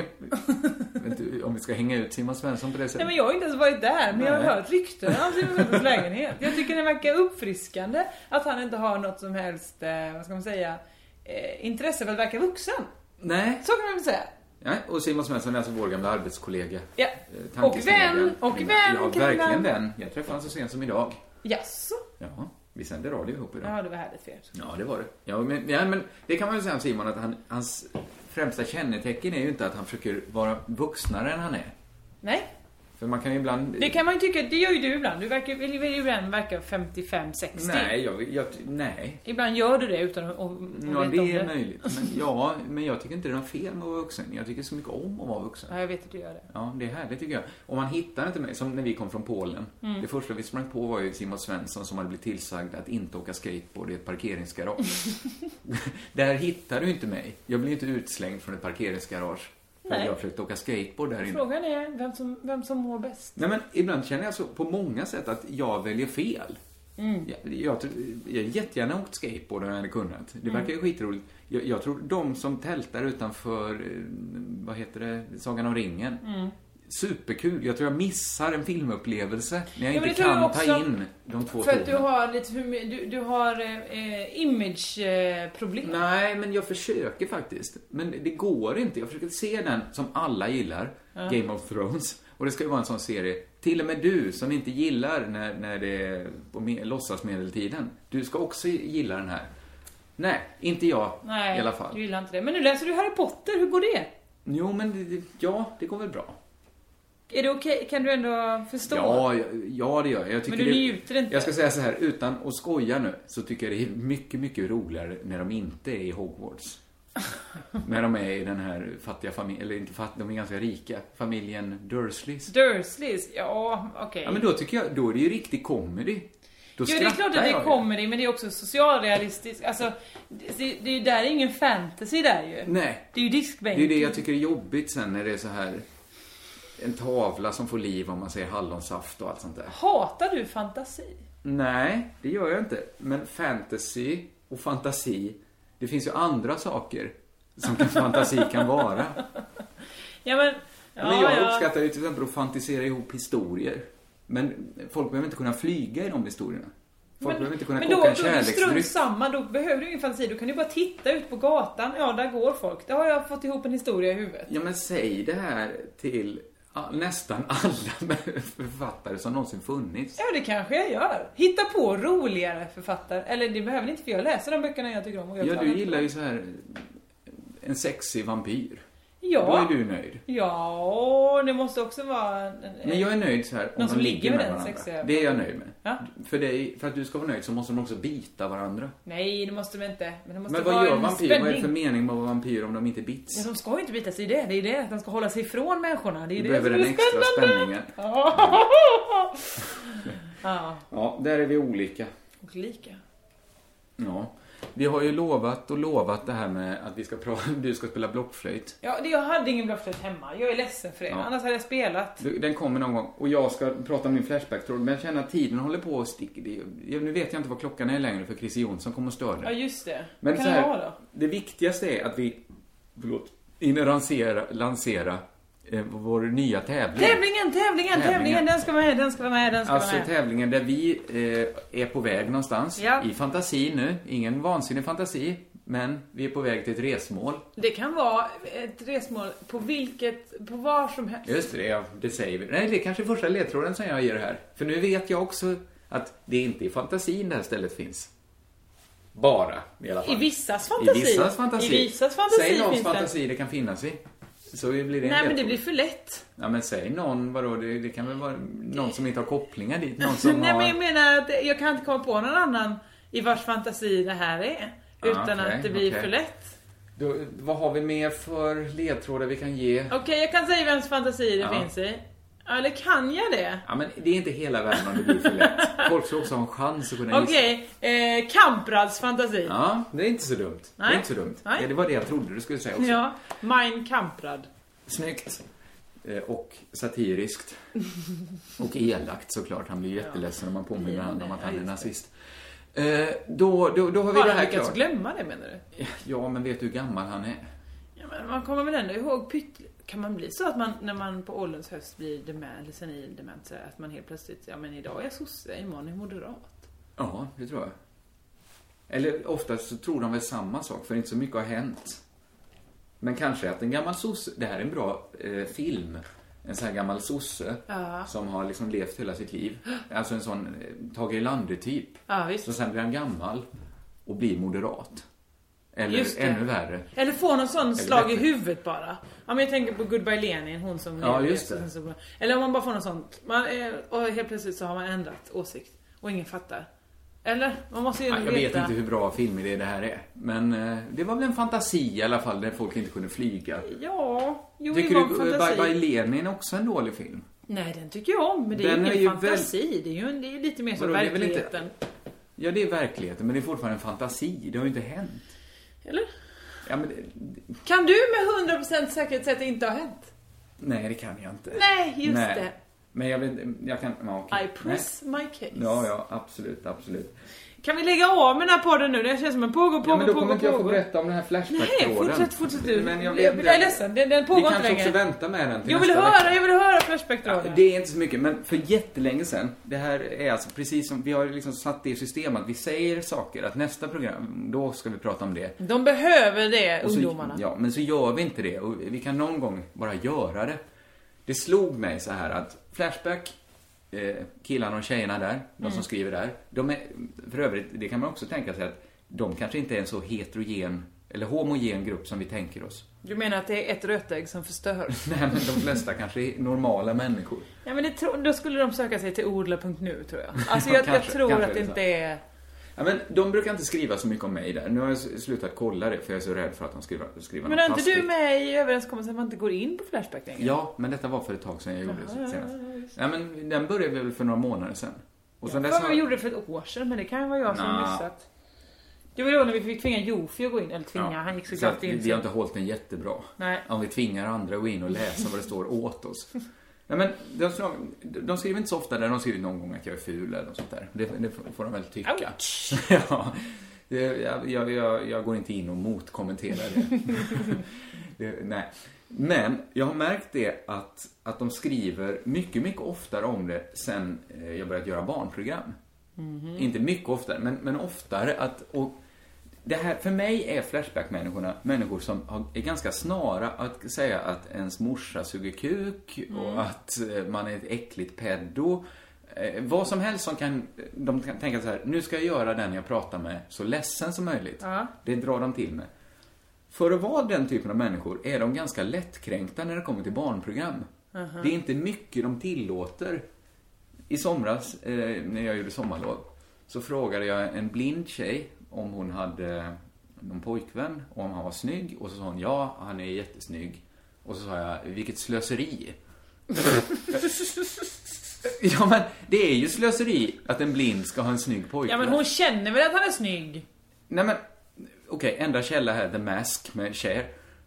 [SPEAKER 6] Vet du, om vi ska hänga ut Simon Svensson på det sättet.
[SPEAKER 7] Nej, men jag har inte ens varit där, men jag har hört rykten om Simon Svenssons lägenhet. Jag tycker det verkar uppfriskande att han inte har något som helst, vad ska man säga, intresse för att verka vuxen.
[SPEAKER 6] Nej.
[SPEAKER 7] Så kan man väl säga.
[SPEAKER 6] Ja, och Simon Svensson är alltså vår gamla arbetskollega.
[SPEAKER 7] Ja. Och vän.
[SPEAKER 6] Ja, verkligen vän. Jag träffade honom så sent som idag.
[SPEAKER 7] Jaså?
[SPEAKER 6] Ja, vi sände radio ihop idag.
[SPEAKER 7] Ja, det var härligt för er.
[SPEAKER 6] Ja, det var det. Ja, men det kan man ju säga om Simon, att hans främsta kännetecken är ju inte att han försöker vara vuxnare än han är.
[SPEAKER 7] Nej.
[SPEAKER 6] För man kan ju ibland...
[SPEAKER 7] Det kan man ju tycka, det gör ju du ibland. Du vill ju ibland verka 55-60.
[SPEAKER 6] Nej, nej.
[SPEAKER 7] Ibland gör du det utan att
[SPEAKER 6] ja,
[SPEAKER 7] veta om
[SPEAKER 6] det är möjligt. Men jag tycker inte det är något fel med att vara vuxen. Jag tycker så mycket om att vara vuxen.
[SPEAKER 7] Ja, jag vet att du gör det.
[SPEAKER 6] Ja, det är härligt tycker jag. Och man hittar inte mig, som när vi kom från Polen. Det första vi sprang på var ju Simon Svensson som hade blivit tillsagd att inte åka skateboard i ett parkeringsgarage. Där hittar du inte mig. Jag blir inte utslängd från ett parkeringsgarage. Nej. Jag har försökt åka skateboard där inne.
[SPEAKER 7] Frågan är vem som mår bäst.
[SPEAKER 6] Nej, men ibland känner jag så på många sätt att jag väljer fel. Jag jättegärna åkt skateboard om jag hade kunnat. Det verkar ju skitroligt. Jag tror de som tältar utanför, vad heter det, Sagan om ringen. Superkul. Jag tror jag missar en filmupplevelse när jag inte kan ta in de två
[SPEAKER 7] för att
[SPEAKER 6] tonerna.
[SPEAKER 7] du har lite du har imageproblem.
[SPEAKER 6] Nej, men jag försöker faktiskt. Men det går inte. Jag försöker se den som alla gillar, Game of Thrones. Och det ska ju vara en sån serie. Till och med du som inte gillar när det är på låtsasmedeltiden. Du ska också gilla den här. Nej, inte jag.
[SPEAKER 7] Nej,
[SPEAKER 6] i alla fall.
[SPEAKER 7] Du gillar inte det. Men nu läser du Harry Potter. Hur går det?
[SPEAKER 6] Jo, men det går väl bra.
[SPEAKER 7] Är det okej? Kan du ändå förstå?
[SPEAKER 6] Ja, det gör jag. Jag tycker
[SPEAKER 7] men du njuter inte.
[SPEAKER 6] Jag ska säga så här, utan att skoja nu, så tycker jag det är mycket, mycket roligare när de inte är i Hogwarts. När de är i den här fattiga familjen, eller inte fattiga, de är ganska rika, familjen Dursleys.
[SPEAKER 7] Ja, okej.
[SPEAKER 6] Ja, men då tycker jag, då är det ju riktig comedy.
[SPEAKER 7] Jo, det är klart att det är comedy, men det är också socialrealistiskt. Alltså, det är ju där ingen fantasy där ju.
[SPEAKER 6] Nej.
[SPEAKER 7] Det är ju diskbänk.
[SPEAKER 6] Det är det jag tycker är jobbigt sen när det är så här en tavla som får liv om man säger hallonsaft och allt sånt där.
[SPEAKER 7] Hatar du fantasi?
[SPEAKER 6] Nej, det gör jag inte. Men fantasy och fantasi, det finns ju andra saker som fantasi kan vara.
[SPEAKER 7] Men jag
[SPEAKER 6] uppskattar ju till exempel att fantisera ihop historier. Men folk behöver inte kunna flyga i de historierna. Folk behöver inte kunna koka en kärleksdryck.
[SPEAKER 7] Men samma, då behöver du ingen fantasi. Du kan ju bara titta ut på gatan. Ja, där går folk. Där har jag fått ihop en historia i huvudet.
[SPEAKER 6] Ja, men säg det här till nästan alla författare som någonsin funnits.
[SPEAKER 7] Ja, det kanske jag gör. Hitta på roligare författare. Eller det behöver inte, för jag läser de böckerna jag tycker om. Och
[SPEAKER 6] ja, du gillar ju så här en sexig vampyr.
[SPEAKER 7] Ja.
[SPEAKER 6] Då är du nöjd.
[SPEAKER 7] Ja, det måste också vara
[SPEAKER 6] men jag är nöjd så här om de ligger med varandra.
[SPEAKER 7] Sexiga.
[SPEAKER 6] Det är jag nöjd med.
[SPEAKER 7] Ja?
[SPEAKER 6] För att du ska vara nöjd så måste de också bita varandra.
[SPEAKER 7] Nej, det måste de inte. Men, det måste
[SPEAKER 6] vad
[SPEAKER 7] vara
[SPEAKER 6] gör
[SPEAKER 7] en
[SPEAKER 6] vampyr?
[SPEAKER 7] spänning.
[SPEAKER 6] Vad är det för mening med att vara vampyr om de inte bits?
[SPEAKER 7] Ja, de ska ju inte bita sig i det. Det är det. De ska hålla sig ifrån människorna. Det är
[SPEAKER 6] du behöver den extra spänningen. Ja, där är vi olika.
[SPEAKER 7] Och lika.
[SPEAKER 6] Ja. Vi har ju lovat det här med att vi ska du ska spela blockflöjt.
[SPEAKER 7] Ja, jag hade ingen blockflöjt hemma. Jag är ledsen för det. Ja. Annars hade jag spelat.
[SPEAKER 6] Den kommer någon gång. Och jag ska prata om min flashback-tråd. Men jag känner att tiden håller på att sticka. Nu vet jag inte vad klockan är längre, för Chris Jonsson kommer att störa.
[SPEAKER 7] Ja, just det.
[SPEAKER 6] Men
[SPEAKER 7] kan
[SPEAKER 6] så här,
[SPEAKER 7] det vara då?
[SPEAKER 6] Det viktigaste är att vi hinner lansera vår nya tävling.
[SPEAKER 7] Tävlingen, den ska vara med.
[SPEAKER 6] Alltså tävlingen där vi är på väg någonstans. I fantasi nu. Ingen vansinnig fantasi. Men vi är på väg till ett resmål.
[SPEAKER 7] Det kan vara ett resmål på var som helst.
[SPEAKER 6] Just det, det säger vi. Nej, det är kanske första ledtråden som jag ger här. För nu vet jag också att det inte i fantasin det här stället finns. Bara, i alla fall.
[SPEAKER 7] I vissas fantasi.
[SPEAKER 6] Säg någons fantasi det kan finnas i. Så blir det
[SPEAKER 7] men det blir för lätt.
[SPEAKER 6] Ja, men säg någon, vadå? Det kan väl vara någon som inte har kopplingar dit. Någon som
[SPEAKER 7] Nej, men jag menar att jag kan inte komma på någon annan i vars fantasi det här är. Utan att det blir för lätt.
[SPEAKER 6] Då, vad har vi mer för ledtrådar vi kan ge?
[SPEAKER 7] Okej, jag kan säga vems fantasi det finns i. Eller kan jag det?
[SPEAKER 6] Ja, men det är inte hela världen om det blir för lätt. Folk ska också ha en chans att kunna
[SPEAKER 7] gissa. Kamprads fantasi.
[SPEAKER 6] Ja, det är inte så dumt.
[SPEAKER 7] Nej.
[SPEAKER 6] Det är inte så dumt.
[SPEAKER 7] Nej.
[SPEAKER 6] Det var det jag trodde du skulle säga också.
[SPEAKER 7] Ja, Mein Kamprad.
[SPEAKER 6] Snyggt. Och satiriskt. Och elakt såklart. Han blir jätteledsen om man påminner honom om att han är nazist. Då har vi det här klart.
[SPEAKER 7] Glömma det, menar du?
[SPEAKER 6] Ja, men vet du hur gammal han är?
[SPEAKER 7] Ja, men man kommer väl ändå ihåg kan man bli så att man, när man på ålderns höst blir dement eller senil dement, så att man helt plötsligt, ja men idag är jag sosse, imorgon är jag moderat.
[SPEAKER 6] Ja, det tror jag. Eller oftast så tror de väl samma sak, för inte så mycket har hänt. Men kanske att en gammal sosse, det här är en bra film, en sån här gammal sosse som har liksom levt hela sitt liv. Alltså en sån Tage Erlander-typ.
[SPEAKER 7] Ja, visst.
[SPEAKER 6] Så sen blir han gammal och blir moderat. Eller ännu värre.
[SPEAKER 7] Eller få någon sån slag i huvudet bara. Ja, men jag tänker på Goodbye Lenin, hon som...
[SPEAKER 6] Ja, just det.
[SPEAKER 7] Eller om man bara får något sånt. Och helt plötsligt så har man ändrat åsikt. Och ingen fattar. Eller? Man måste ju
[SPEAKER 6] jag vet inte hur bra filmidé det här är. Men det var väl en fantasi i alla fall, där folk inte kunde flyga.
[SPEAKER 7] Ja,
[SPEAKER 6] tycker du Goodbye Lenin är också en dålig film?
[SPEAKER 7] Nej, den tycker jag om. Men det är ingen fantasi. Det är ju lite mer som verkligheten.
[SPEAKER 6] Ja, det är verkligheten. Men det är fortfarande en fantasi. Det har ju inte hänt.
[SPEAKER 7] Eller?
[SPEAKER 6] Ja, men
[SPEAKER 7] kan du med 100% säkerhet säga att det inte har hänt?
[SPEAKER 6] Nej, det kan jag inte.
[SPEAKER 7] Nej, just det.
[SPEAKER 6] Men jag kan... Ja, okay.
[SPEAKER 7] I press my case.
[SPEAKER 6] Ja, absolut.
[SPEAKER 7] Kan vi lägga av med den här podden nu? Det känns som en pågår.
[SPEAKER 6] Men då kommer inte jag få berätta om den här Flashback-tråden.
[SPEAKER 7] Nej, fortsätt du.
[SPEAKER 6] Men jag
[SPEAKER 7] är ledsen, den pågår inte längre.
[SPEAKER 6] Vi kanske också vänta med den till
[SPEAKER 7] jag vill höra Flashback-tråden.
[SPEAKER 6] Ja, det är inte så mycket, men för jättelänge sedan. Det här är alltså precis som vi har liksom satt det i systemet. Vi säger saker, att nästa program, då ska vi prata om det.
[SPEAKER 7] De behöver det, ungdomarna.
[SPEAKER 6] Ja, men så gör vi inte det. Och vi kan någon gång bara göra det. Det slog mig så här att Flashback, killarna och tjejerna där, de som skriver där, de är, för övrigt, det kan man också tänka sig att de kanske inte är en så heterogen eller homogen grupp som vi tänker oss.
[SPEAKER 7] Du menar att det är ett rötägg som förstör?
[SPEAKER 6] Nej, men de flesta kanske är normala människor.
[SPEAKER 7] Ja, men då skulle de söka sig till odla.nu, tror jag. Alltså jag tror att det inte är...
[SPEAKER 6] Ja, men de brukar inte skriva så mycket om mig där. Nu har jag slutat kolla det, för jag är så rädd för att de skriver
[SPEAKER 7] men något. Men är inte du med i överenskommelsen att man inte går in på Flashback längre?
[SPEAKER 6] Ja, men detta var för ett tag sedan jag gjorde det senast. Ja, men den började väl för några månader sedan. Och sen
[SPEAKER 7] jag gjorde det för ett år sedan, men det kan ju vara jag som har missat. Det var då när vi fick tvinga Jofi att gå in, eller tvinga, han gick så klart in.
[SPEAKER 6] Vi har inte hållit den jättebra.
[SPEAKER 7] Nej.
[SPEAKER 6] Om vi tvingar andra att gå in och läsa vad det står åt oss. Nej, men de skriver inte så ofta där, de skriver någon gång att jag är ful eller något sånt där. Det får de väl tycka. Ja, jag går inte in och motkommenterar det. Nej. Men jag har märkt det att de skriver mycket, mycket oftare om det sen jag börjat göra barnprogram. Mm-hmm. Inte mycket oftare, men oftare och det här, för mig är Flashback-människorna människor som är ganska snara att säga att ens morsa suger kuk och att man är ett äckligt pedo. Vad som helst som de kan tänka så här, nu ska jag göra den jag pratar med så ledsen som möjligt. Det drar de till med. För att vara den typen av människor är de ganska lättkränkta när det kommer till barnprogram. Det är inte mycket de tillåter. I somras, när jag gjorde sommarlov, så frågade jag en blind tjej om hon hade någon pojkvän och om han var snygg. Och så sa hon, ja, han är jättesnygg. Och så sa jag, vilket slöseri. Ja, men det är ju slöseri att en blind ska ha en snygg pojkvän.
[SPEAKER 7] Ja, men hon känner väl att han är snygg?
[SPEAKER 6] Nej, men okej, enda källa här, The Mask med Cher.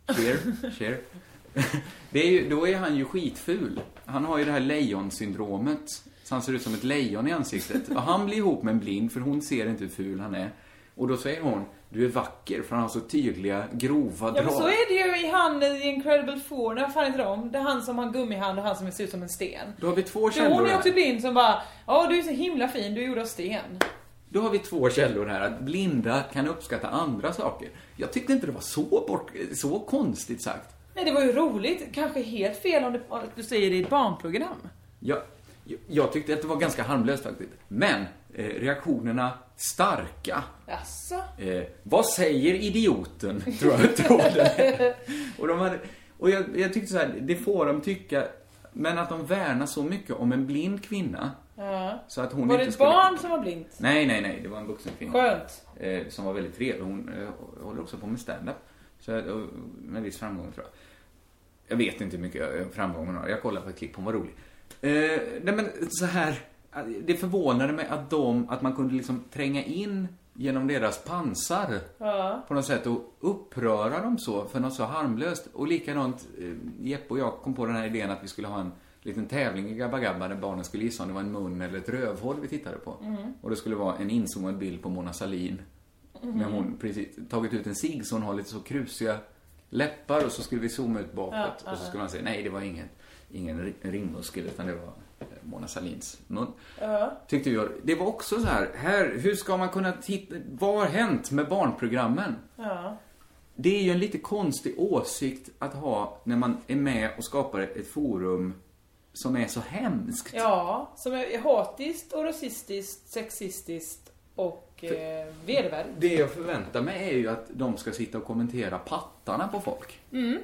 [SPEAKER 6] Det är ju, då är han ju skitful. Han har ju det här lejonsyndromet. Så han ser ut som ett lejon i ansiktet. Och han blir ihop med en blind, för hon ser inte hur ful han är. Och då säger hon, du är vacker, för han har så tydliga, grova drag.
[SPEAKER 7] Ja, men så är det ju i han i Incredible Four. När fan inte de? Det är han som har gummihand och han som ser ut som en sten.
[SPEAKER 6] Då har vi 2 källor.
[SPEAKER 7] Hon är också blind som bara, du är så himla fin, du är gjord av sten.
[SPEAKER 6] Då har vi 2 källor här, att blinda kan uppskatta andra saker. Jag tyckte inte det var så konstigt sagt.
[SPEAKER 7] Nej, det var ju roligt. Kanske helt fel om du säger det i ett barnprogram.
[SPEAKER 6] Jag tyckte att det var ganska harmlöst faktiskt. Men reaktionerna starka.
[SPEAKER 7] Jaså?
[SPEAKER 6] Vad säger idioten? Tror jag. Och jag tyckte så här, det får de tycka, men att de värnar så mycket om en blind kvinna.
[SPEAKER 7] Ja.
[SPEAKER 6] Så att hon
[SPEAKER 7] var
[SPEAKER 6] inte
[SPEAKER 7] det ett
[SPEAKER 6] skulle...
[SPEAKER 7] barn som var blind?
[SPEAKER 6] Nej, det var en vuxen kvinna.
[SPEAKER 7] Skönt.
[SPEAKER 6] Som var väldigt trevlig. Hon håller också på med stand-up. Så med viss framgång, tror jag. Jag vet inte hur mycket framgång hon har. Jag kollade på ett klipp, hon var rolig. Nej, men så här, det förvånade mig att man kunde liksom tränga in genom deras pansar på något sätt och uppröra dem så för något så harmlöst. Och likadant, Jeppe och jag kom på den här idén att vi skulle ha en liten tävling i Gabba Gabba där barnen skulle gissa om det var en mun eller ett rövhål vi tittade på. Och det skulle vara en inzoomad bild på Mona Sahlin när hon precis tagit ut en cigg så hon har lite så krusiga läppar, och så skulle vi zooma ut bakåt och så skulle man säga nej, det var ingen ringmuskel utan det var Mona Sahlins mun. Tyckte jag. Det var också så här, hur ska man kunna titta, vad har hänt med barnprogrammen? Det är ju en lite konstig åsikt att ha när man är med och skapar ett forum som är så hemskt.
[SPEAKER 7] Ja, som är hatiskt och rasistiskt, sexistiskt och vedervärdigt.
[SPEAKER 6] Det jag förväntar mig är ju att de ska sitta och kommentera pattarna på folk.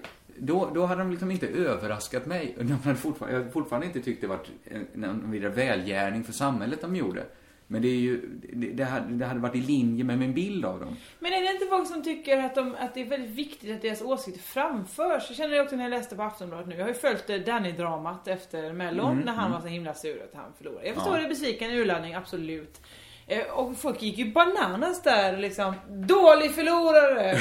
[SPEAKER 6] Då hade de liksom inte överraskat mig. Jag hade fortfarande inte tyckt det var en vidare välgärning för samhället de gjorde. Men det hade varit i linje med min bild av dem. Men
[SPEAKER 7] är det inte folk som tycker att det är väldigt viktigt att deras åsikter framförs? Jag känner det också när jag läste på Aftonbladet nu. Jag har ju följt Danny-dramat efter Mellon när han var så himla sur att han förlorade. Jag förstår det, besviken urladdning, absolut. Och folk gick ju bananas där liksom, dålig förlorare.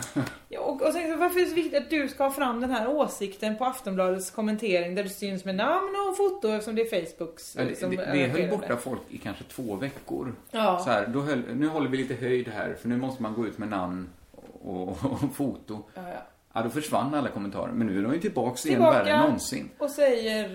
[SPEAKER 7] Och sen, varför är det så viktigt att du ska ha fram den här åsikten på Aftonbladets kommentering där du syns med namn och foto eftersom det är Facebooks
[SPEAKER 6] det höll borta folk i kanske 2 veckor. Så här, nu håller vi lite höjd här, för nu måste man gå ut med namn och foto. Ja, då försvann alla kommentarer. Men nu är de ju tillbaka igen värre än någonsin.
[SPEAKER 7] Och säger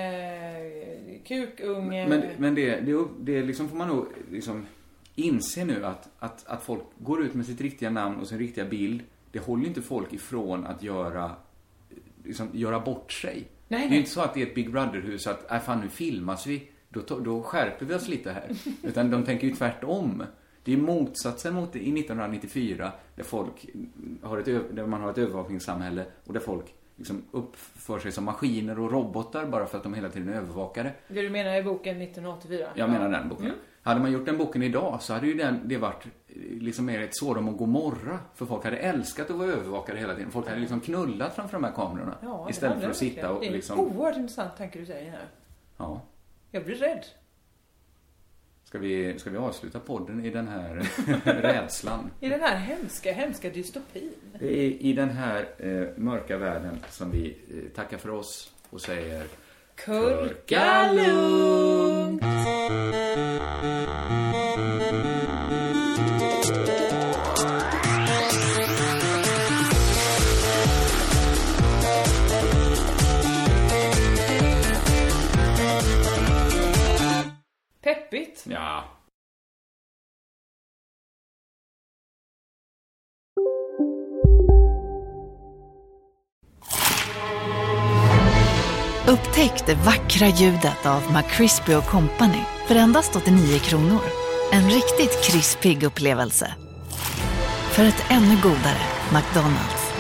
[SPEAKER 7] kukunge.
[SPEAKER 6] Men det liksom får man nog liksom inse nu att folk går ut med sitt riktiga namn och sin riktiga bild. Det håller inte folk ifrån att göra bort sig. Nej. Det är inte så att det är ett Big Brother-hus att fan, nu filmas vi. Då skärper vi oss lite här. Utan de tänker ju tvärtom. Det är motsatsen mot i 1994 där man har ett övervakningssamhälle och där folk liksom uppför sig som maskiner och robotar bara för att de hela tiden är övervakade.
[SPEAKER 7] Det du menar i boken 1984?
[SPEAKER 6] Jag menar den boken. Hade man gjort den boken idag så hade ju det varit liksom mer ett Sodom och Gomorra. För folk hade älskat att vara övervakade hela tiden. Folk hade liksom knullat framför de här kamerorna istället för att sitta och liksom...
[SPEAKER 7] Det är en oerhört intressant tanke du säger här.
[SPEAKER 6] Ja.
[SPEAKER 7] Jag blir rädd.
[SPEAKER 6] Ska vi avsluta podden i den här rädslan?
[SPEAKER 7] I den här hemska dystopin.
[SPEAKER 6] Det är i den här mörka världen som vi tackar för oss och säger
[SPEAKER 7] Kurka lugnt! Peppigt.
[SPEAKER 6] Ja.
[SPEAKER 12] Upptäck det vackra ljudet av McCrispy & Company för endast 89 kronor. En riktigt krispig upplevelse. För ett ännu godare McDonald's.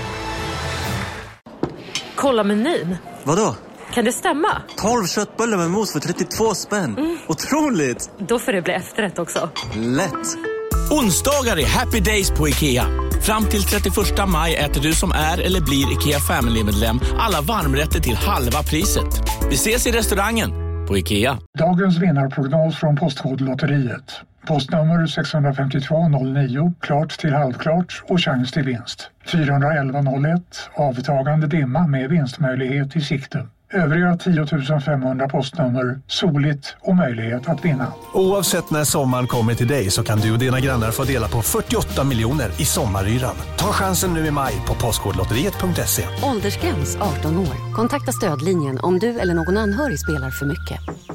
[SPEAKER 13] Kolla menyn.
[SPEAKER 14] Vadå?
[SPEAKER 13] Kan det stämma?
[SPEAKER 14] 12 köttbullar med mos för 32 spänn. Otroligt!
[SPEAKER 13] Då får det bli efterrätt också.
[SPEAKER 14] Lätt!
[SPEAKER 15] Onsdagar är happy days på IKEA. Fram till 31 maj äter du som är eller blir IKEA Family-medlem alla varmrätter till halva priset. Vi ses i restaurangen på IKEA.
[SPEAKER 16] Dagens vinnarprognos från Postkodlotteriet. Postnummer 65209, klart till halvklart och chans till vinst. 41101, avtagande dimma med vinstmöjlighet i sikte. Övriga 10 500 postnummer soligt och möjlighet att vinna.
[SPEAKER 17] Oavsett när sommaren kommer till dig så kan du och dina grannar få dela på 48 miljoner i sommaryran. Ta chansen nu i maj på Postkodlotteriet.se.
[SPEAKER 18] Åldersgräns 18 år. Kontakta stödlinjen om du eller någon anhörig spelar för mycket.